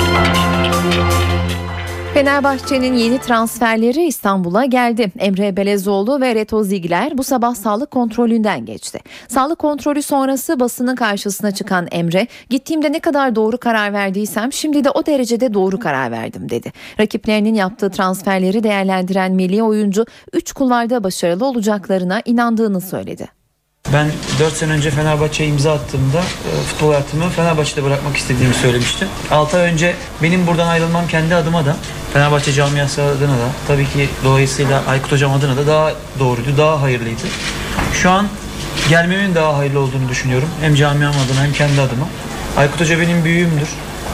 Fenerbahçe'nin yeni transferleri İstanbul'a geldi. Emre Belezoğlu ve Reto Ziegler bu sabah sağlık kontrolünden geçti. Sağlık kontrolü sonrası basının karşısına çıkan Emre, "Gittiğimde ne kadar doğru karar verdiysem şimdi de o derecede doğru karar verdim," dedi. Rakiplerinin yaptığı transferleri değerlendiren milli oyuncu üç kulvarda başarılı olacaklarına inandığını söyledi. Ben dört sene önce Fenerbahçe'ye imza attığımda futbol hayatımı Fenerbahçe'de bırakmak istediğimi söylemiştim. altı ay önce benim buradan ayrılmam kendi adıma da, Fenerbahçe camiası adına da, tabii ki dolayısıyla Aykut Hocam adına da daha doğruydu, daha hayırlıydı. Şu an gelmemin daha hayırlı olduğunu düşünüyorum. Hem camiam adına hem kendi adıma. Aykut Hoca benim büyüğümdür.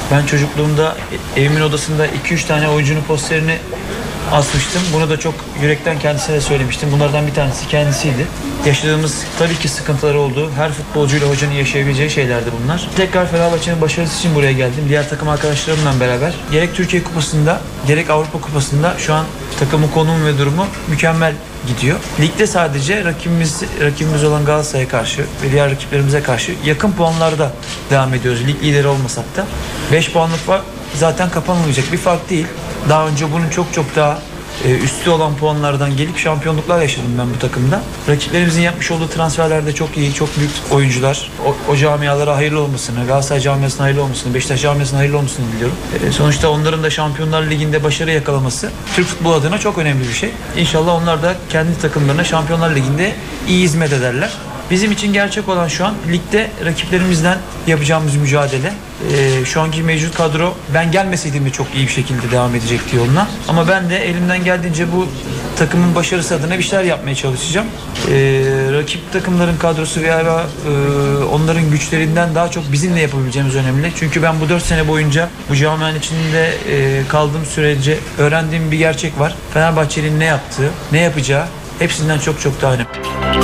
Ben çocukluğumda evimin odasında iki üç tane oyuncunun posterini asmıştım. Bunu da çok yürekten kendisine de söylemiştim. Bunlardan bir tanesi kendisiydi. Yaşadığımız tabii ki sıkıntıları oldu. Her futbolcuyla hocanın yaşayabileceği şeylerdi bunlar. Tekrar Fenerbahçe'nin başarısı için buraya geldim. Diğer takım arkadaşlarımla beraber. Gerek Türkiye Kupası'nda gerek Avrupa Kupası'nda şu an takımın konumu ve durumu mükemmel gidiyor. Ligde sadece rakibimiz rakibimiz olan Galatasaray'a karşı ve diğer rakiplerimize karşı yakın puanlarda devam ediyoruz. Lig lideri olmasak da. beş puanlık var. Zaten kapanılmayacak bir fark değil. Daha önce bunun çok çok daha e, üstü olan puanlardan gelip şampiyonluklar yaşadım ben bu takımda. Rakiplerimizin yapmış olduğu transferlerde çok iyi, çok büyük oyuncular. O, o camialara hayırlı olmasını, Galatasaray camiasına hayırlı olmasını, Beşiktaş camiasına hayırlı olmasını diliyorum. E, sonuçta onların da Şampiyonlar Ligi'nde başarı yakalaması Türk futbolu adına çok önemli bir şey. İnşallah onlar da kendi takımlarına Şampiyonlar Ligi'nde iyi hizmet ederler. Bizim için gerçek olan şu an ligde rakiplerimizden yapacağımız mücadele. Ee, şu anki mevcut kadro ben gelmeseydim de çok iyi bir şekilde devam edecekti yoluna. Ama ben de elimden geldiğince bu takımın başarısı adına bir şeyler yapmaya çalışacağım. Ee, rakip takımların kadrosu veya e, onların güçlerinden daha çok bizim de yapabileceğimiz önemli. Çünkü ben bu dört sene boyunca bu camianın içinde e, kaldığım sürece öğrendiğim bir gerçek var. Fenerbahçe'nin ne yaptığı, ne yapacağı hepsinden çok çok daha önemli.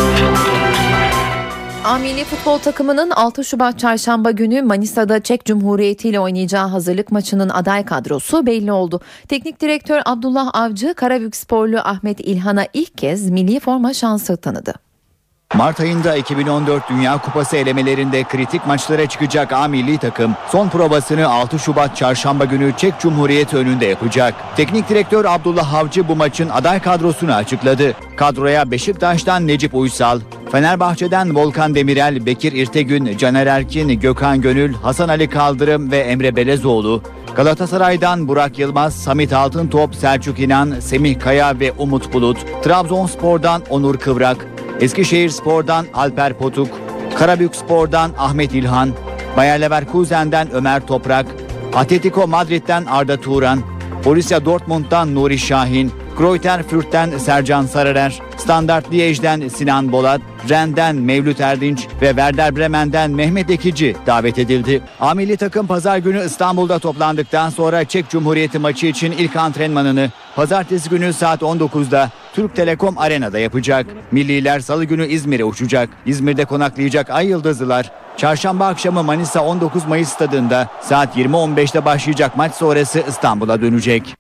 A Milli Futbol takımının altı Şubat Çarşamba günü Manisa'da Çek Cumhuriyeti ile oynayacağı hazırlık maçının aday kadrosu belli oldu. Teknik direktör Abdullah Avcı, Karabüksporlu Ahmet İlhan'a ilk kez milli forma şansı tanıdı. Mart ayında iki bin on dört Dünya Kupası elemelerinde kritik maçlara çıkacak A milli takım son provasını altı Şubat Çarşamba günü Çek Cumhuriyeti önünde yapacak. Teknik direktör Abdullah Avcı bu maçın aday kadrosunu açıkladı. Kadroya Beşiktaş'tan Necip Uysal, Fenerbahçe'den Volkan Demirel, Bekir İrtegün, Caner Erkin, Gökhan Gönül, Hasan Ali Kaldırım ve Emre Belezoğlu, Galatasaray'dan Burak Yılmaz, Samit Altıntop, Selçuk İnan, Semih Kaya ve Umut Bulut, Trabzonspor'dan Onur Kıvrak, Eskişehirspor'dan Alper Potuk, Karabükspor'dan Ahmet İlhan, Bayer Leverkusen'den Ömer Toprak, Atletico Madrid'den Arda Turan, Borussia Dortmund'dan Nuri Şahin, Greuther Fürth'ten Sercan Sarırer, Standard Liège'den Sinan Bolat, Rennes'den Mevlüt Erdinç ve Werder Bremen'den Mehmet Ekici davet edildi. A milli takım pazar günü İstanbul'da toplandıktan sonra Çek Cumhuriyeti maçı için ilk antrenmanını pazartesi günü saat on dokuzda Türk Telekom Arena'da yapacak. Milliler salı günü İzmir'e uçacak. İzmir'de konaklayacak Ay Yıldızlılar çarşamba akşamı Manisa on dokuz Mayıs stadında saat yirmi on beşte başlayacak maç sonrası İstanbul'a dönecek.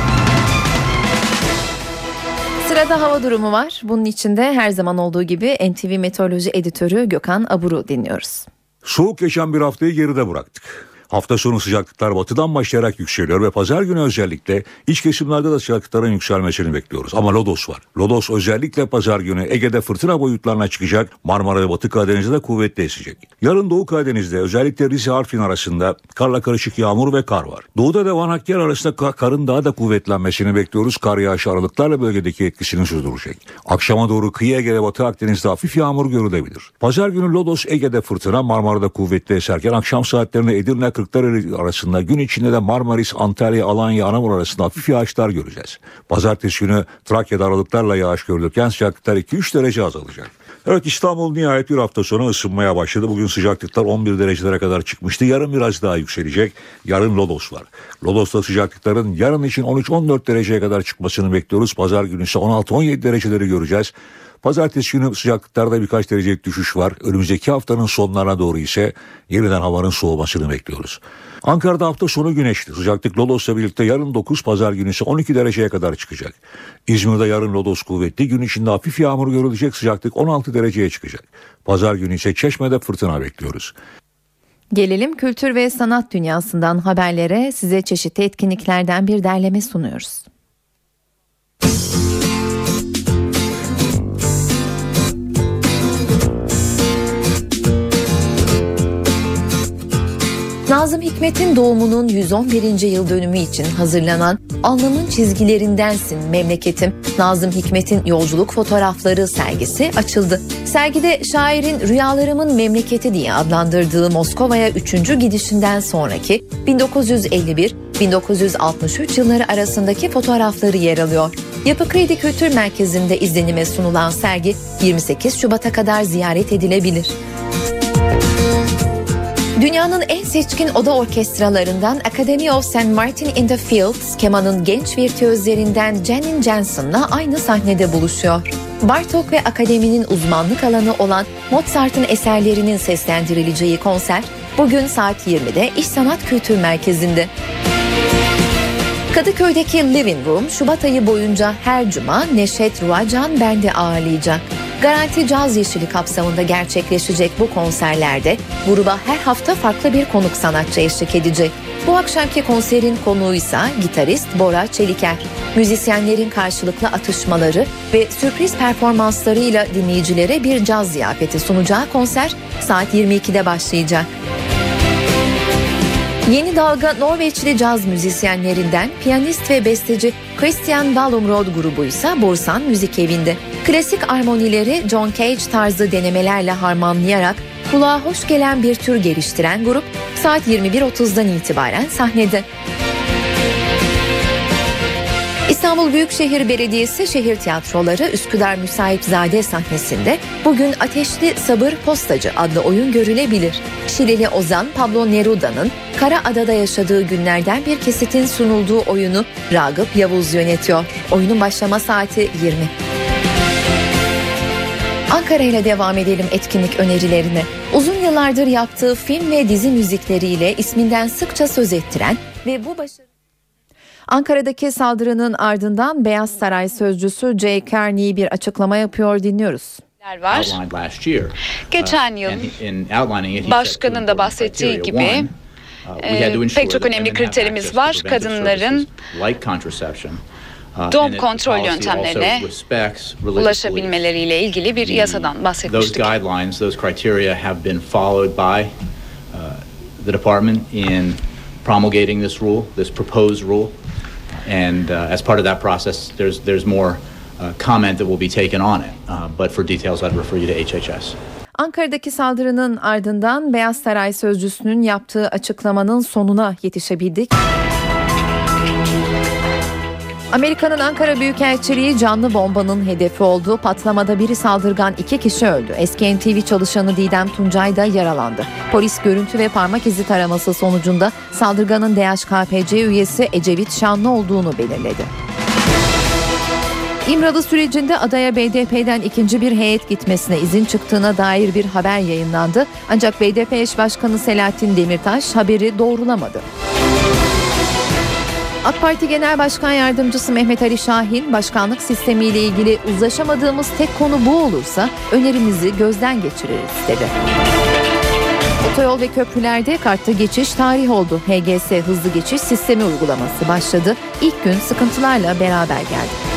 Sırada hava durumu var. Bunun içinde her zaman olduğu gibi N T V Meteoroloji Editörü Gökhan Abur'u dinliyoruz. Soğuk geçen bir haftayı geride bıraktık. Hafta sonu sıcaklıklar batıdan başlayarak yükseliyor ve pazar günü özellikle iç kesimlerde de sıcaklıkların yükselmesini bekliyoruz. Ama lodos var. Lodos özellikle pazar günü Ege'de fırtına boyutlarına çıkacak, Marmara ve Batı Karadeniz'de de kuvvetli esecek. Yarın Doğu Karadeniz'de özellikle Rize Artvin arasında karla karışık yağmur ve kar var. Doğuda da Van Hakkari arasında karın daha da kuvvetlenmesini bekliyoruz. Kar yağışı aralıklarla bölgedeki etkisini sürdürecek. Akşama doğru kıyı Ege'de Batı Akdeniz'de hafif yağmur görülebilir. Pazar günü lodos Ege'de fırtına, Marmara'da kuvvetli eserken akşam saatlerinde Edirne Kırklareli arasında, gün içinde de Marmaris, Antalya, Alanya, Anamur arasında hafif yağışlar göreceğiz. Pazartesi günü Trakya'da aralıklarla yağış görülürken sıcaklıklar iki üç derece azalacak. Evet, İstanbul nihayet bir hafta sonra ısınmaya başladı. Bugün sıcaklıklar on bir derecelere kadar çıkmıştı. Yarın biraz daha yükselecek. Yarın lodos var. Lodos'ta sıcaklıkların yarın için on üç on dört dereceye kadar çıkmasını bekliyoruz. Pazar günü ise on altı on yedi dereceleri göreceğiz. Pazartesi günü sıcaklıklarda birkaç derecelik düşüş var. Önümüzdeki haftanın sonlarına doğru ise yeniden havanın soğumasını bekliyoruz. Ankara'da hafta sonu güneşli. Sıcaklık Lodos'la birlikte yarın dokuz, pazar günü ise on iki dereceye kadar çıkacak. İzmir'de yarın Lodos kuvvetli. Gün içinde hafif yağmur görülecek. Sıcaklık on altı dereceye çıkacak. Pazar günü ise Çeşme'de fırtına bekliyoruz. Gelelim kültür ve sanat dünyasından haberlere. Size çeşitli etkinliklerden bir derleme sunuyoruz. Nazım Hikmet'in doğumunun yüz on birinci yıl dönümü için hazırlanan Alnımın Çizgilerindensin Memleketim, Nazım Hikmet'in yolculuk fotoğrafları sergisi açıldı. Sergide şairin Rüyalarımın Memleketi diye adlandırdığı Moskova'ya üçüncü gidişinden sonraki bin dokuz yüz elli bir bin dokuz yüz altmış üç yılları arasındaki fotoğrafları yer alıyor. Yapı Kredi Kültür Merkezi'nde izlenime sunulan sergi yirmi sekiz Şubat'a kadar ziyaret edilebilir. Dünyanın en seçkin oda orkestralarından Academy of Saint Martin in the Fields, kemanın genç virtüözlerinden Janine Jensen'la aynı sahnede buluşuyor. Bartók ve Akademi'nin uzmanlık alanı olan Mozart'ın eserlerinin seslendirileceği konser bugün saat yirmide İş Sanat Kültür Merkezi'nde. Kadıköy'deki Living Room Şubat ayı boyunca her cuma Neşet Ruacan Bend'i ağırlayacak. Garanti Caz Yeşili kapsamında gerçekleşecek bu konserlerde gruba her hafta farklı bir konuk sanatçı eşlik edecek. Bu akşamki konserin konuğuysa gitarist Bora Çeliker. Müzisyenlerin karşılıklı atışmaları ve sürpriz performanslarıyla dinleyicilere bir caz ziyafeti sunacağı konser saat yirmi ikide başlayacak. Yeni dalga Norveçli caz müzisyenlerinden piyanist ve besteci Christian Vallumrod grubuysa Borsan Müzik Evi'nde. Klasik armonileri John Cage tarzı denemelerle harmanlayarak kulağa hoş gelen bir tür geliştiren grup saat yirmi bir otuzdan itibaren sahnede. İstanbul Büyükşehir Belediyesi Şehir Tiyatroları Üsküdar Müsaitzade sahnesinde bugün Ateşli Sabır Postacı adlı oyun görülebilir. Şilili ozan Pablo Neruda'nın Karaada'da yaşadığı günlerden bir kesitin sunulduğu oyunu Ragıp Yavuz yönetiyor. Oyunun başlama saati yirmi. Ankara ile devam edelim etkinlik önerilerine. Uzun yıllardır yaptığı film ve dizi müzikleriyle isminden sıkça söz ettiren ve bu başarı Ankara'daki saldırının ardından Beyaz Saray sözcüsü Jay Carney bir açıklama yapıyor, dinliyoruz. Var. Geçen yıl başkanın da bahsettiği gibi e, pek çok önemli kriterimiz var. Kadınların doğum kontrol yöntemlerine ulaşabilmeleriyle ilgili bir yasadan bahsetmiştik. Promulgating this rule, this proposed rule, and uh, as part of that process, there's there's more uh, comment that will be taken on it. Uh, but for details, I'd refer you to H H S. Ankara'daki saldırının ardından Beyaz Saray sözcüsünün yaptığı açıklamanın sonuna yetişebildik. Amerika'nın Ankara Büyükelçiliği canlı bombanın hedefi oldu. Patlamada biri saldırgan iki kişi öldü. Eski N T V çalışanı Didem Tuncay da yaralandı. Polis görüntü ve parmak izi taraması sonucunda saldırganın D H K P C üyesi Ecevit Şanlı olduğunu belirledi. İmralı sürecinde adaya B D P'den ikinci bir heyet gitmesine izin çıktığına dair bir haber yayınlandı. Ancak B D P eş başkanı Selahattin Demirtaş haberi doğrulamadı. AK Parti Genel Başkan Yardımcısı Mehmet Ali Şahin, başkanlık sistemiyle ilgili uzlaşamadığımız tek konu bu olursa önerimizi gözden geçiririz dedi. Otoyol ve köprülerde kartlı geçiş tarih oldu. H G S hızlı geçiş sistemi uygulaması başladı. İlk gün sıkıntılarla beraber geldi.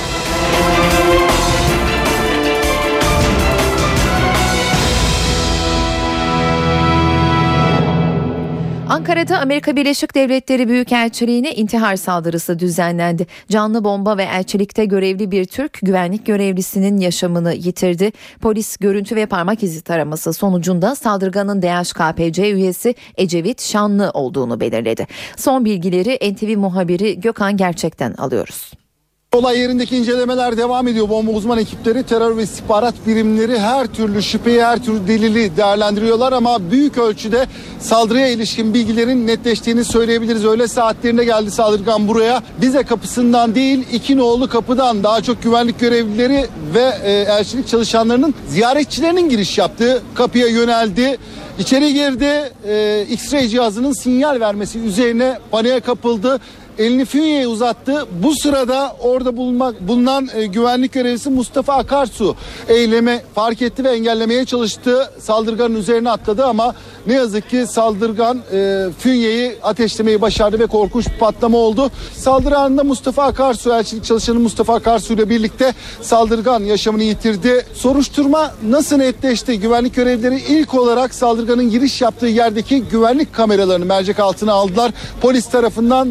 Ankara'da Amerika Birleşik Devletleri Büyükelçiliğine intihar saldırısı düzenlendi. Canlı bomba ve elçilikte görevli bir Türk güvenlik görevlisinin yaşamını yitirdi. Polis görüntü ve parmak izi taraması sonucunda saldırganın D H K P C üyesi Ecevit Şanlı olduğunu belirledi. Son bilgileri N T V muhabiri Gökhan Gerçek'ten alıyoruz. Olay yerindeki incelemeler devam ediyor. Bomba uzman ekipleri, terör ve istihbarat birimleri her türlü şüpheyi, her türlü delili değerlendiriyorlar ama büyük ölçüde saldırıya ilişkin bilgilerin netleştiğini söyleyebiliriz. Öğle saatlerinde geldi saldırgan buraya. Vize kapısından değil, iki nolu kapıdan daha çok güvenlik görevlileri ve e, elçilik çalışanlarının ziyaretçilerinin giriş yaptığı kapıya yöneldi. İçeri girdi. E, X-ray cihazının sinyal vermesi üzerine paniğe kapıldı. Elini fünyeye uzattı. Bu sırada orada bulunmak, bulunan e, güvenlik görevlisi Mustafa Akarsu eylemi fark etti ve engellemeye çalıştı. Saldırganın üzerine atladı ama ne yazık ki saldırgan e, fünyeyi ateşlemeyi başardı ve korkunç bir patlama oldu. Saldırı anında Mustafa Akarsu, elçilik çalışanı Mustafa Akarsu ile birlikte saldırgan yaşamını yitirdi. Soruşturma nasıl netleşti? Güvenlik görevlileri ilk olarak saldırganın giriş yaptığı yerdeki güvenlik kameralarını mercek altına aldılar. Polis tarafından tanınan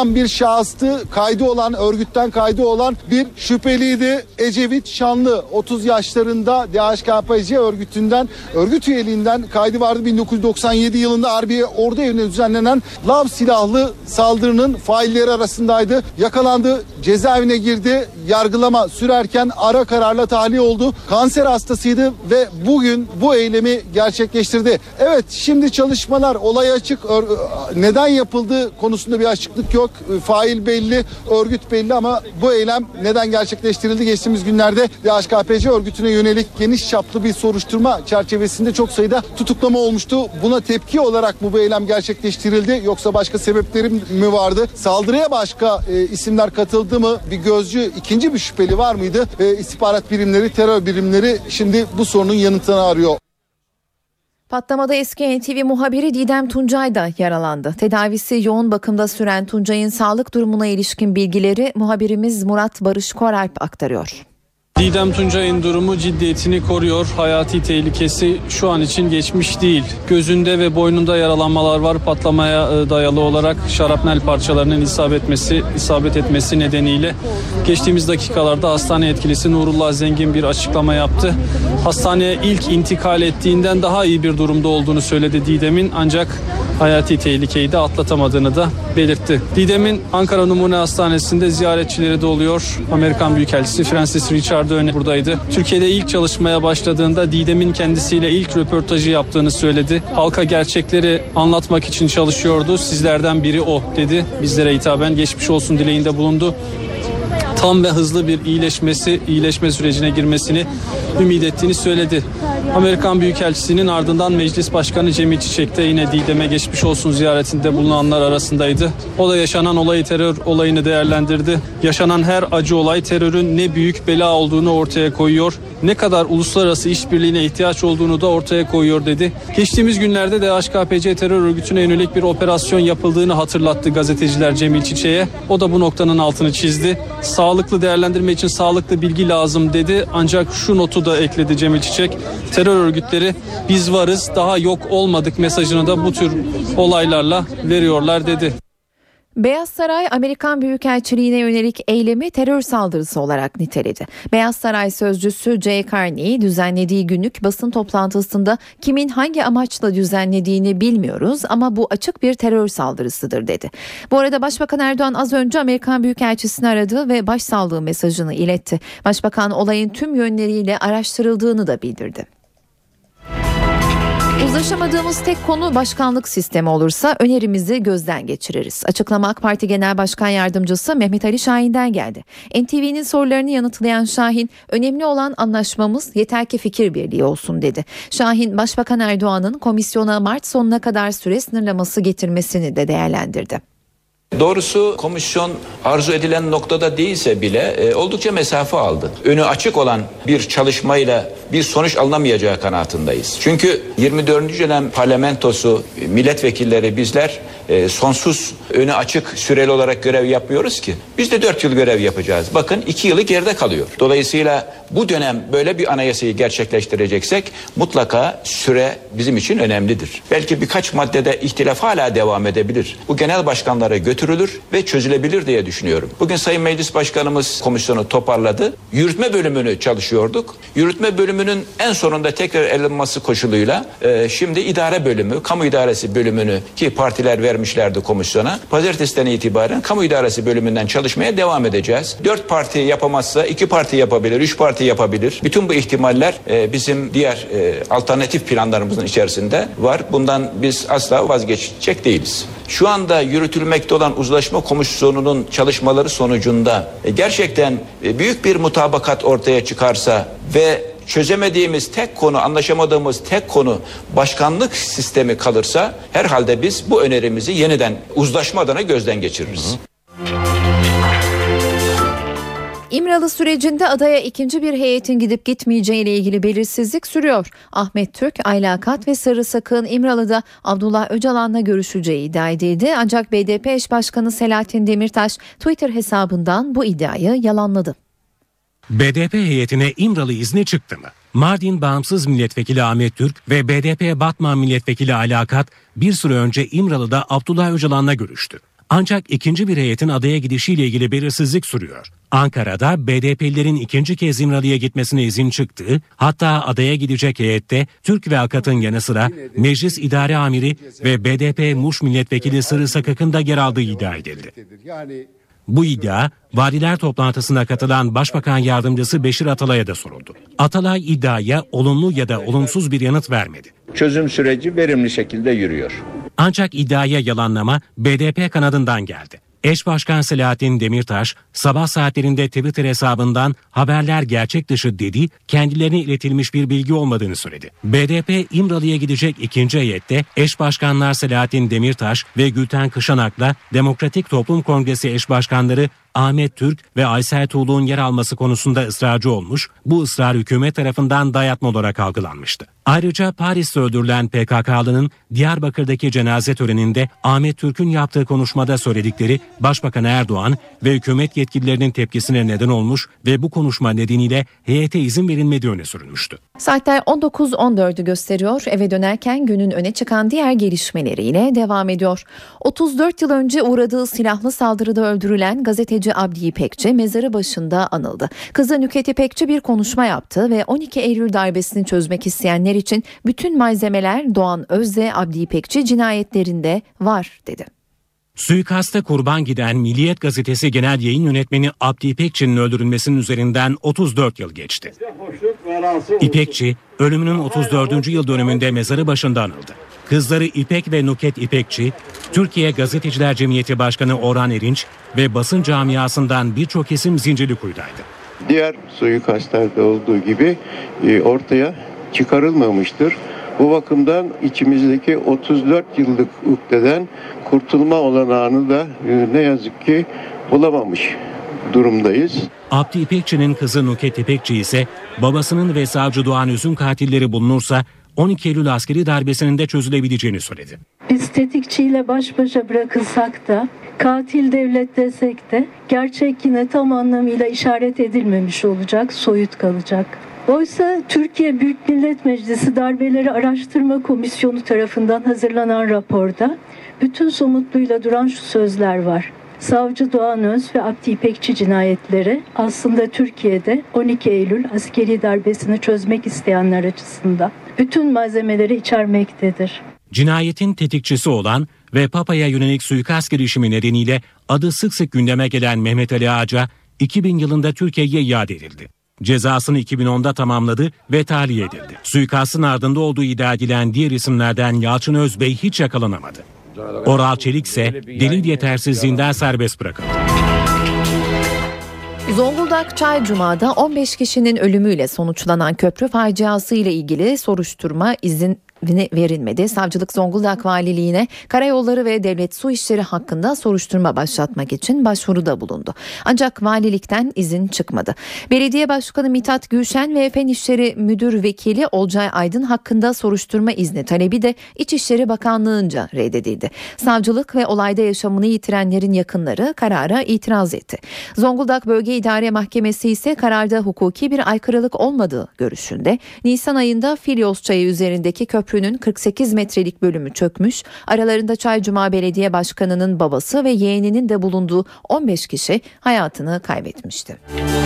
olan bir şahıstı, kaydı olan, örgütten kaydı olan bir şüpheliydi. Ecevit Şanlı, otuz yaşlarında, D H K P C örgütünden, örgüt üyeliğinden kaydı vardı. bin dokuz yüz doksan yedi yılında Harbiye Ordu Evi'ne düzenlenen Lav silahlı saldırının failleri arasındaydı. Yakalandı, cezaevine girdi, yargılama sürerken ara kararla tahliye oldu. Kanser hastasıydı ve bugün bu eylemi gerçekleştirdi. Evet, şimdi çalışmalar, olay açık, neden yapıldığı konusunda bir açıklık yok. Fail belli, örgüt belli ama bu eylem neden gerçekleştirildi? Geçtiğimiz günlerde D H K P C örgütüne yönelik geniş çaplı bir soruşturma çerçevesinde çok sayıda tutuklama olmuştu. Buna tepki olarak mı bu eylem gerçekleştirildi yoksa başka sebepleri mi vardı? Saldırıya başka e, isimler katıldı mı? Bir gözcü, ikinci bir şüpheli var mıydı? E, istihbarat birimleri, terör birimleri şimdi bu sorunun yanıtını arıyor. Patlamada eski N T V muhabiri Didem Tuncay da yaralandı. Tedavisi yoğun bakımda süren Tuncay'ın sağlık durumuna ilişkin bilgileri muhabirimiz Murat Barış Koralp aktarıyor. Didem Tuncay'ın durumu ciddiyetini koruyor. Hayati tehlikesi şu an için geçmiş değil. Gözünde ve boynunda yaralanmalar var. Patlamaya dayalı olarak şarapnel parçalarının isabet etmesi, isabet etmesi nedeniyle geçtiğimiz dakikalarda hastane yetkilisi Nurullah Zengin bir açıklama yaptı. Hastaneye ilk intikal ettiğinden daha iyi bir durumda olduğunu söyledi Didem'in, ancak hayati tehlikeyi de atlatamadığını da belirtti. Didem'in Ankara Numune Hastanesi'nde ziyaretçileri de oluyor. Amerikan Büyükelçisi Francis Richard Örnek buradaydı. Türkiye'de ilk çalışmaya başladığında Didem'in kendisiyle ilk röportajı yaptığını söyledi. Halka gerçekleri anlatmak için çalışıyordu. Sizlerden biri o dedi. Bizlere hitaben geçmiş olsun dileğinde bulundu. Tam ve hızlı bir iyileşmesi, iyileşme sürecine girmesini ümit ettiğini söyledi. Amerikan Büyükelçisi'nin ardından Meclis Başkanı Cemil Çiçek de yine Didem'e geçmiş olsun ziyaretinde bulunanlar arasındaydı. O da yaşanan olayı, terör olayını değerlendirdi. Yaşanan her acı olay terörün ne büyük bela olduğunu ortaya koyuyor. Ne kadar uluslararası işbirliğine ihtiyaç olduğunu da ortaya koyuyor dedi. Geçtiğimiz günlerde D H K P C terör örgütüne yönelik bir operasyon yapıldığını hatırlattı gazeteciler Cemil Çiçek'e. O da bu noktanın altını çizdi. Sağlıklı değerlendirme için sağlıklı bilgi lazım dedi. Ancak şu notu da ekledi Cemil Çiçek. Terör örgütleri biz varız, daha yok olmadık mesajını da bu tür olaylarla veriyorlar dedi. Beyaz Saray, Amerikan Büyükelçiliğine yönelik eylemi terör saldırısı olarak niteledi. Beyaz Saray sözcüsü Jay Carney düzenlediği günlük basın toplantısında kimin hangi amaçla düzenlediğini bilmiyoruz ama bu açık bir terör saldırısıdır dedi. Bu arada Başbakan Erdoğan az önce Amerikan Büyükelçisini aradı ve başsağlığı mesajını iletti. Başbakan olayın tüm yönleriyle araştırıldığını da bildirdi. Uzlaşamadığımız tek konu başkanlık sistemi olursa önerimizi gözden geçiririz. Açıklama AK Parti Genel Başkan Yardımcısı Mehmet Ali Şahin'den geldi. N T V'nin sorularını yanıtlayan Şahin, önemli olan anlaşmamız, yeter ki fikir birliği olsun dedi. Şahin, Başbakan Erdoğan'ın komisyona Mart sonuna kadar süre sınırlaması getirmesini de değerlendirdi. Doğrusu komisyon arzu edilen noktada değilse bile e, oldukça mesafe aldı. Önü açık olan bir çalışmayla bir sonuç alınamayacağı kanaatindayız. Çünkü yirmi dördüncü dönem parlamentosu, milletvekilleri bizler e, sonsuz önü açık süreli olarak görev yapmıyoruz ki. Biz de dört yıl görev yapacağız. Bakın iki yılı geride kalıyor. Dolayısıyla bu dönem böyle bir anayasayı gerçekleştireceksek mutlaka süre bizim için önemlidir. Belki birkaç maddede ihtilaf hala devam edebilir. Bu genel başkanlara götürülür ve çözülebilir diye düşünüyorum. Bugün Sayın Meclis Başkanımız komisyonu toparladı. Yürütme bölümünü çalışıyorduk. Yürütme bölümünün en sonunda tekrar alınması koşuluyla e, şimdi idare bölümü, kamu idaresi bölümünü ki partiler vermişlerdi komisyona. Pazartesiden itibaren kamu idaresi bölümünden çalışmaya devam edeceğiz. Dört parti yapamazsa iki parti yapabilir, üç parti yapabilir. Bütün bu ihtimaller e, bizim diğer e, alternatif planlarımızın içerisinde var. Bundan biz asla vazgeçecek değiliz. Şu anda yürütülmekte olan uzlaşma komisyonunun çalışmaları sonucunda e, gerçekten e, büyük bir mutabakat ortaya çıkarsa ve çözemediğimiz tek konu, anlaşamadığımız tek konu başkanlık sistemi kalırsa herhalde biz bu önerimizi yeniden uzlaşma adına gözden geçiririz. Hı hı. İmralı sürecinde adaya ikinci bir heyetin gidip gitmeyeceği ile ilgili belirsizlik sürüyor. Ahmet Türk, Ayla Akat ve Sarı Sakın İmralı'da Abdullah Öcalan'la görüşeceği iddia edildi. Ancak B D P eş başkanı Selahattin Demirtaş Twitter hesabından bu iddiayı yalanladı. B D P heyetine İmralı izni çıktı mı? Mardin Bağımsız Milletvekili Ahmet Türk ve B D P Batman Milletvekili Ayla Akat bir süre önce İmralı'da Abdullah Öcalan'la görüştü. Ancak ikinci bir heyetin adaya gidişiyle ilgili belirsizlik sürüyor. Ankara'da B D P'lilerin ikinci kez İmralı'ya gitmesine izin çıktı. Hatta adaya gidecek heyette Türk ve AKAD'ın yanı sıra Meclis İdare Amiri ve B D P Muş Milletvekili Sırrı Sakık'ın da yer aldığı iddia edildi. Bu iddia, valiler toplantısına katılan Başbakan Yardımcısı Beşir Atalay'a da soruldu. Atalay iddiaya olumlu ya da olumsuz bir yanıt vermedi. Çözüm süreci verimli şekilde yürüyor. Ancak iddiaya yalanlama B D P kanadından geldi. Eş Başkan Selahattin Demirtaş sabah saatlerinde Twitter hesabından haberler gerçek dışı dedi, kendilerine iletilmiş bir bilgi olmadığını söyledi. B D P İmralı'ya gidecek ikinci heyette eş başkanlar Selahattin Demirtaş ve Gülten Kışanak'la Demokratik Toplum Kongresi eş başkanları Ahmet Türk ve Aysel Tuğlu'nun yer alması konusunda ısrarcı olmuş, bu ısrar hükümet tarafından dayatma olarak algılanmıştı. Ayrıca Paris'te öldürülen P K K'lının Diyarbakır'daki cenaze töreninde Ahmet Türk'ün yaptığı konuşmada söyledikleri Başbakan Erdoğan ve hükümet yetkililerinin tepkisine neden olmuş ve bu konuşma nedeniyle heyete izin verilmediği öne sürülmüştü. Saatler on dokuz on dördü gösteriyor. Eve dönerken günün öne çıkan diğer gelişmeleriyle devam ediyor. otuz dört yıl önce uğradığı silahlı saldırıda öldürülen gazeteci Abdi İpekçi mezarı başında anıldı. Kızı Nüket İpekçi bir konuşma yaptı ve on iki Eylül darbesini çözmek isteyenler için bütün malzemeler Doğan Özde Abdi İpekçi cinayetlerinde var dedi. Suikasta kurban giden Milliyet Gazetesi Genel Yayın Yönetmeni Abdi İpekçi'nin öldürülmesinin üzerinden otuz dört yıl geçti. İpekçi, ölümünün otuz dördüncü yıl dönümünde mezarı başında anıldı. Kızları İpek ve Nüket İpekçi, Türkiye Gazeteciler Cemiyeti Başkanı Orhan Erinç ve basın camiasından birçok isim Zincirlikuyu'daydı. Diğer suikastlarda olduğu gibi ortaya çıkarılmamıştır. Bu bakımdan içimizdeki otuz dört yıllık ukdeden kurtulma olanağını da ne yazık ki bulamamış durumdayız. Abdi İpekçi'nin kızı Nüket İpekçi ise babasının ve savcı Doğan Öz'ün katilleri bulunursa on iki Eylül askeri darbesinin de çözülebileceğini söyledi. Biz tetikçiyle baş başa bırakılsak da, katil devlet desek de gerçek yine tam anlamıyla işaret edilmemiş olacak, soyut kalacak. Oysa Türkiye Büyük Millet Meclisi Darbeleri Araştırma Komisyonu tarafından hazırlanan raporda bütün somutluğuyla duran şu sözler var. Savcı Doğan Öz ve Abdi İpekçi cinayetleri aslında Türkiye'de on iki Eylül askeri darbesini çözmek isteyenler açısından bütün malzemeleri içermektedir. Cinayetin tetikçisi olan ve Papa'ya yönelik suikast girişimi nedeniyle adı sık sık gündeme gelen Mehmet Ali Ağca iki bin yılında Türkiye'ye iade edildi. Cezasını iki bin onda tamamladı ve tahliye edildi. Suikastın ardında olduğu iddia edilen diğer isimlerden Yalçın Özbey hiç yakalanamadı. Oral Çelik ise delil yetersizliğinden serbest bırakıldı. Zonguldak Çaycuma'da on beş kişinin ölümüyle sonuçlanan köprü faciası ile ilgili soruşturma izin verilmedi. Savcılık Zonguldak Valiliğine karayolları ve devlet su işleri hakkında soruşturma başlatmak için başvuruda bulundu. Ancak valilikten izin çıkmadı. Belediye Başkanı Mithat Gülşen ve Fen İşleri Müdür Vekili Olcay Aydın hakkında soruşturma izni talebi de İçişleri Bakanlığı'nca reddedildi. Savcılık ve olayda yaşamını yitirenlerin yakınları karara itiraz etti. Zonguldak Bölge İdare Mahkemesi ise kararda hukuki bir aykırılık olmadığı görüşünde. Nisan ayında Filyos Çayı üzerindeki köprü Köprünün kırk sekiz metrelik bölümü çökmüş, aralarında Çaycuma Belediye Başkanı'nın babası ve yeğeninin de bulunduğu on beş kişi hayatını kaybetmişti.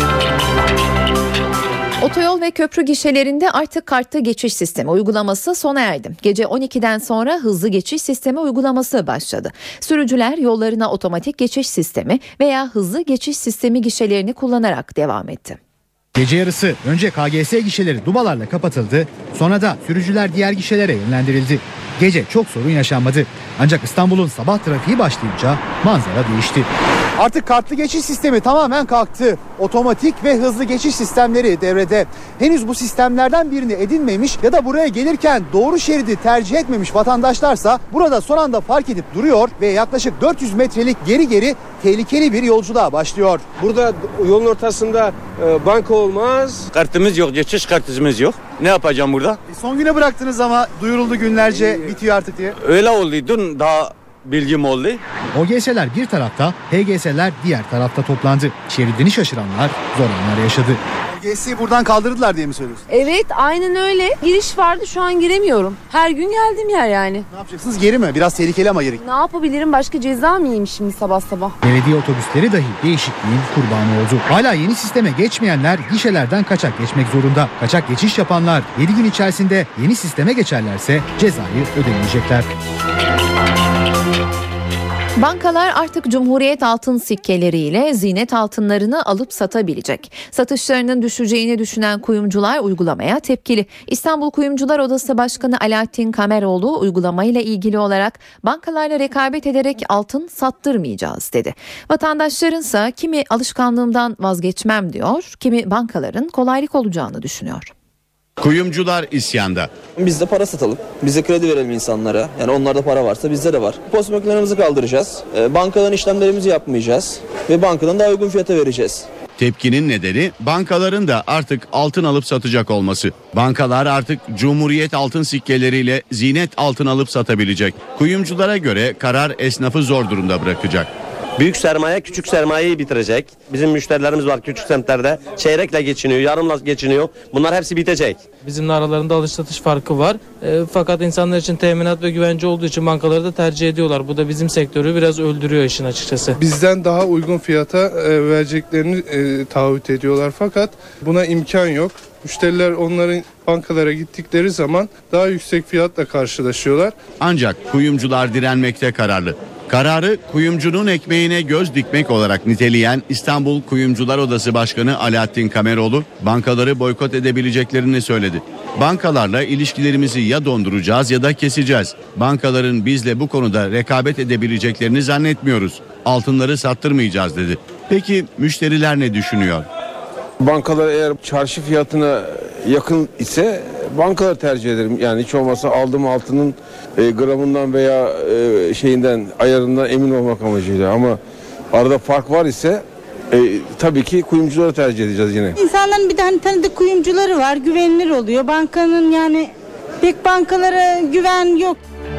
Otoyol ve köprü gişelerinde artık kartlı geçiş sistemi uygulaması sona erdi. Gece on ikiden sonra hızlı geçiş sistemi uygulaması başladı. Sürücüler yollarına otomatik geçiş sistemi veya hızlı geçiş sistemi gişelerini kullanarak devam etti. Gece yarısı önce K G S gişeleri dubalarla kapatıldı, sonra da sürücüler diğer gişelere yönlendirildi. Gece çok sorun yaşanmadı. Ancak İstanbul'un sabah trafiği başlayınca manzara değişti. Artık kartlı geçiş sistemi tamamen kalktı. Otomatik ve hızlı geçiş sistemleri devrede. Henüz bu sistemlerden birini edinmemiş ya da buraya gelirken doğru şeridi tercih etmemiş vatandaşlarsa burada son anda fark edip duruyor ve yaklaşık dört yüz metrelik geri geri tehlikeli bir yolculuğa başlıyor. Burada yolun ortasında e, banka olmaz. Kartımız yok, geçiş kartımız yok. Ne yapacağım burada? Son güne bıraktınız ama duyuruldu günlerce bitiyor artık diye. Öyle oldu. Dün daha bilgim oldu. O G S'ler bir tarafta, H G S'ler diğer tarafta toplandı. Şeridini şaşıranlar zor anlar yaşadı. K G S'yi buradan kaldırdılar diye mi söylüyorsun? Evet, aynen öyle. Giriş vardı, şu an giremiyorum. Her gün geldiğim yer yani. Ne yapacaksınız? Geri mi? Biraz tehlikeli ama geri. Ne yapabilirim? Başka ceza mı yiyeyim şimdi sabah sabah? Belediye otobüsleri dahi değişikliğin kurbanı oldu. Hala yeni sisteme geçmeyenler gişelerden kaçak geçmek zorunda. Kaçak geçiş yapanlar yedi gün içerisinde yeni sisteme geçerlerse cezayı ödemeyecekler. Bankalar artık Cumhuriyet altın sikkeleriyle ziynet altınlarını alıp satabilecek. Satışlarının düşeceğini düşünen kuyumcular uygulamaya tepkili. İstanbul Kuyumcular Odası Başkanı Alaaddin Kameroğlu uygulamayla ilgili olarak bankalarla rekabet ederek altın sattırmayacağız dedi. Vatandaşlarınsa kimi alışkanlığımdan vazgeçmem diyor, kimi bankaların kolaylık olacağını düşünüyor. Kuyumcular isyanda. Biz de para satalım. Biz de kredi verelim insanlara. Yani onlarda para varsa bizde de var. Post makinelerimizi kaldıracağız. Bankaların işlemlerimizi yapmayacağız. Ve bankadan daha uygun fiyata vereceğiz. Tepkinin nedeni bankaların da artık altın alıp satacak olması. Bankalar artık Cumhuriyet altın sikkeleriyle ziynet altın alıp satabilecek. Kuyumculara göre karar esnafı zor durumda bırakacak. Büyük sermaye küçük sermayeyi bitirecek. Bizim müşterilerimiz var küçük semtlerde. Çeyrekle geçiniyor, yarımla geçiniyor. Bunlar hepsi bitecek. Bizimle aralarında alış satış farkı var. E, fakat insanlar için teminat ve güvence olduğu için bankaları da tercih ediyorlar. Bu da bizim sektörü biraz öldürüyor işin açıkçası. Bizden daha uygun fiyata e, vereceklerini e, taahhüt ediyorlar. Fakat buna imkan yok. Müşteriler onların bankalara gittikleri zaman daha yüksek fiyatla karşılaşıyorlar. Ancak kuyumcular direnmekte kararlı. Kararı kuyumcunun ekmeğine göz dikmek olarak niteleyen İstanbul Kuyumcular Odası Başkanı Alaaddin Kameroğlu bankaları boykot edebileceklerini söyledi. Bankalarla ilişkilerimizi ya donduracağız ya da keseceğiz. Bankaların bizle bu konuda rekabet edebileceklerini zannetmiyoruz. Altınları sattırmayacağız dedi. Peki müşteriler ne düşünüyor? Bankalar eğer çarşı fiyatına yakın ise bankalar tercih ederim. Yani hiç olmazsa aldığım altının e, gramından veya e, şeyinden ayarından emin olmak amacıyla. Ama arada fark var ise e, tabii ki kuyumcuları tercih edeceğiz yine. İnsanların bir de hani tanıdık kuyumcuları var, güvenilir oluyor. Bankanın yani pek bankalara güven yok.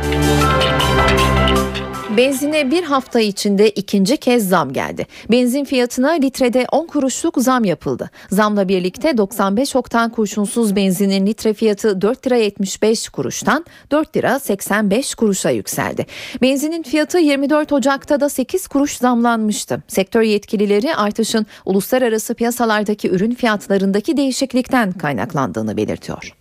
Benzine bir hafta içinde ikinci kez zam geldi. Benzin fiyatına litrede on kuruşluk zam yapıldı. Zamla birlikte doksan beş oktan kurşunsuz benzinin litre fiyatı dört lira yetmiş beş kuruştan dört lira seksen beş kuruşa yükseldi. Benzinin fiyatı yirmi dört Ocak'ta da sekiz kuruş zamlanmıştı. Sektör yetkilileri artışın uluslararası piyasalardaki ürün fiyatlarındaki değişiklikten kaynaklandığını belirtiyor.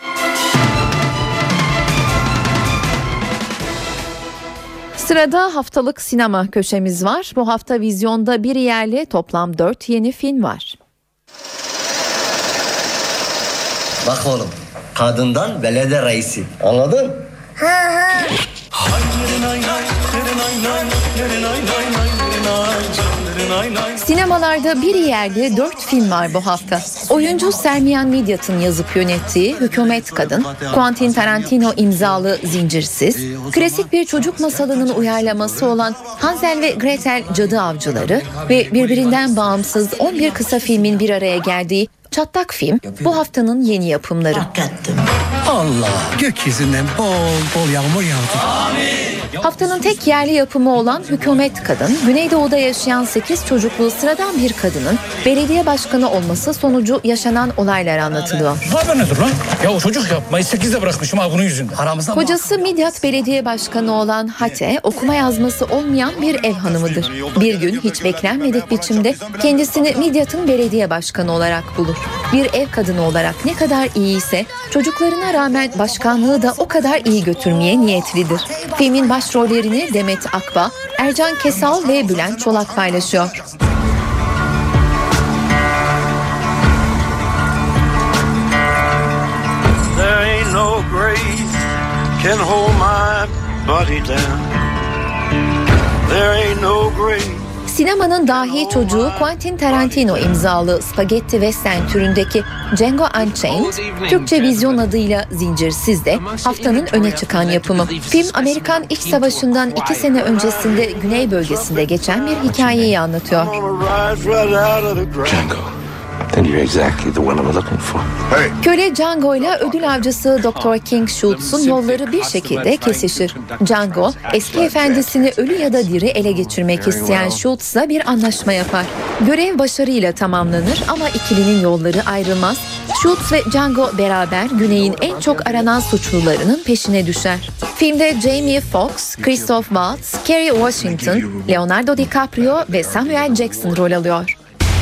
Sırada haftalık sinema köşemiz var. Bu hafta vizyonda bir yerli toplam dört yeni film var. Bak oğlum, kadından belediye reisi. Anladın? Hı hı. Sinemalarda bir yerde dört film var bu hafta. Oyuncu Sermiyan Midyat'ın yazıp yönettiği Hükümet Kadın, Quentin Tarantino imzalı Zincirsiz, klasik bir çocuk masalının uyarlaması olan Hansel ve Gretel Cadı Avcıları ve birbirinden bağımsız on bir kısa filmin bir araya geldiği Çatlak Film bu haftanın yeni yapımları. Allah, gökyüzünden bol bol yağmur yağdı. Haftanın tek yerli yapımı olan Hükümet Kadın, Güneydoğu'da yaşayan sekiz çocuklu sıradan bir kadının belediye başkanı olması sonucu yaşanan olaylar anlatılıyor. Ne haber nedir lan? Ya o çocuk yapmayı sekizde bırakmışım ha bunun yüzünden. Aramızda Kocası Midyat Belediye Başkanı olan Hate, okuma yazması olmayan bir ev hanımıdır. Bir gün hiç beklenmedik biçimde kendisini Midyat'ın belediye başkanı olarak bulur. Bir ev kadını olarak ne kadar iyiyse çocuklarına rağmen başkanlığı da o kadar iyi götürmeye niyetlidir. Filmin başrollerini Demet Akba, Ercan Kesal ve Bülent Çolak paylaşıyor. There ain't no grave can hold my body down. There ain't no grave. Sinemanın dahi çocuğu Quentin Tarantino imzalı spagetti western türündeki Django Unchained, Türkçe vizyon adıyla Zincirsiz de haftanın öne çıkan yapımı. Film, Amerikan İç Savaşı'ndan iki sene öncesinde Güney bölgesinde geçen bir hikayeyi anlatıyor. Django, then you're exactly the one I'm looking for. Köle Django ile ödül avcısı doktor King Schultz'un yolları bir şekilde kesişir. Django, eski efendisini ölü ya da diri ele geçirmek isteyen Schultz'la bir anlaşma yapar. Görev başarıyla tamamlanır ama ikilinin yolları ayrılmaz. Schultz ve Django beraber Güney'in en çok aranan suçlularının peşine düşer. Filmde Jamie Foxx, Christoph Waltz, Kerry Washington, Leonardo DiCaprio ve Samuel Jackson rol alıyor.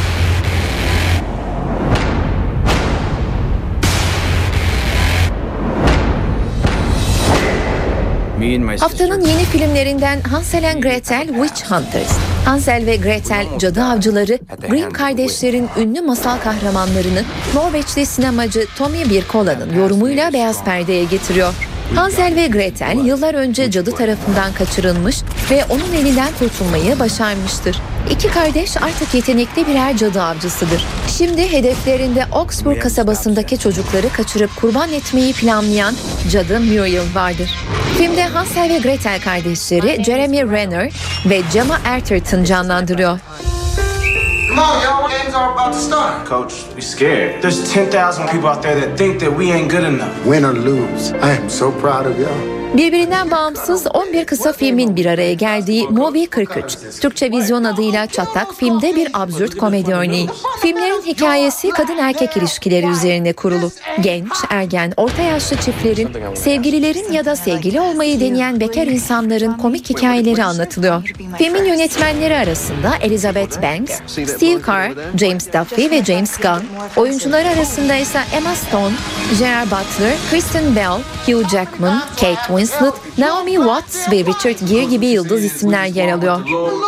Haftanın yeni filmlerinden Hansel and Gretel Witch Hunters. Hansel ve Gretel cadı avcıları Grimm kardeşlerin ünlü masal kahramanlarını Norveçli sinemacı Tommy Wirkola'nın yorumuyla beyaz perdeye getiriyor. Hansel ve Gretel yıllar önce cadı tarafından kaçırılmış ve onun elinden kurtulmayı başarmıştır. İki kardeş artık yetenekli birer cadı avcısıdır. Şimdi hedeflerinde Oxford kasabasındaki çocukları kaçırıp kurban etmeyi planlayan cadı Muriel vardır. Filmde Hansel ve Gretel kardeşleri Jeremy Renner ve Gemma Arterton canlandırıyor. Come on, y'all. Games are about to start. Coach, we scared. There's ten thousand people out there that think that we ain't good enough. Win or lose, I am so proud of y'all. Birbirinden bağımsız on bir kısa filmin bir araya geldiği Movie kırk üç, Türkçe vizyon adıyla Çatlak filmde bir absürt komedi örneği. Filmlerin hikayesi kadın erkek ilişkileri üzerine kurulu. Genç, ergen, orta yaşlı çiftlerin, sevgililerin ya da sevgili olmayı deneyen bekar insanların komik hikayeleri anlatılıyor. Filmin yönetmenleri arasında Elizabeth Banks, Steve Carell, James Duffy ve James Gunn, oyuncular arasında ise Emma Stone, Gerard Butler, Kristen Bell, Hugh Jackman, Kate Winslet, Naomi Watts ve Richard Gere gibi yıldız isimler yer alıyor.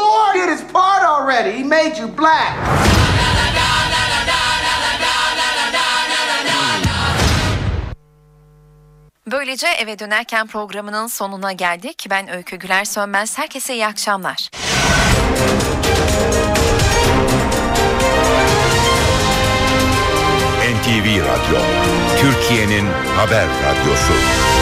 Böylece eve dönerken programının sonuna geldik. Ben Öykü Güler Sönmez. Herkese iyi akşamlar. N T V Radyo, Türkiye'nin haber radyosu.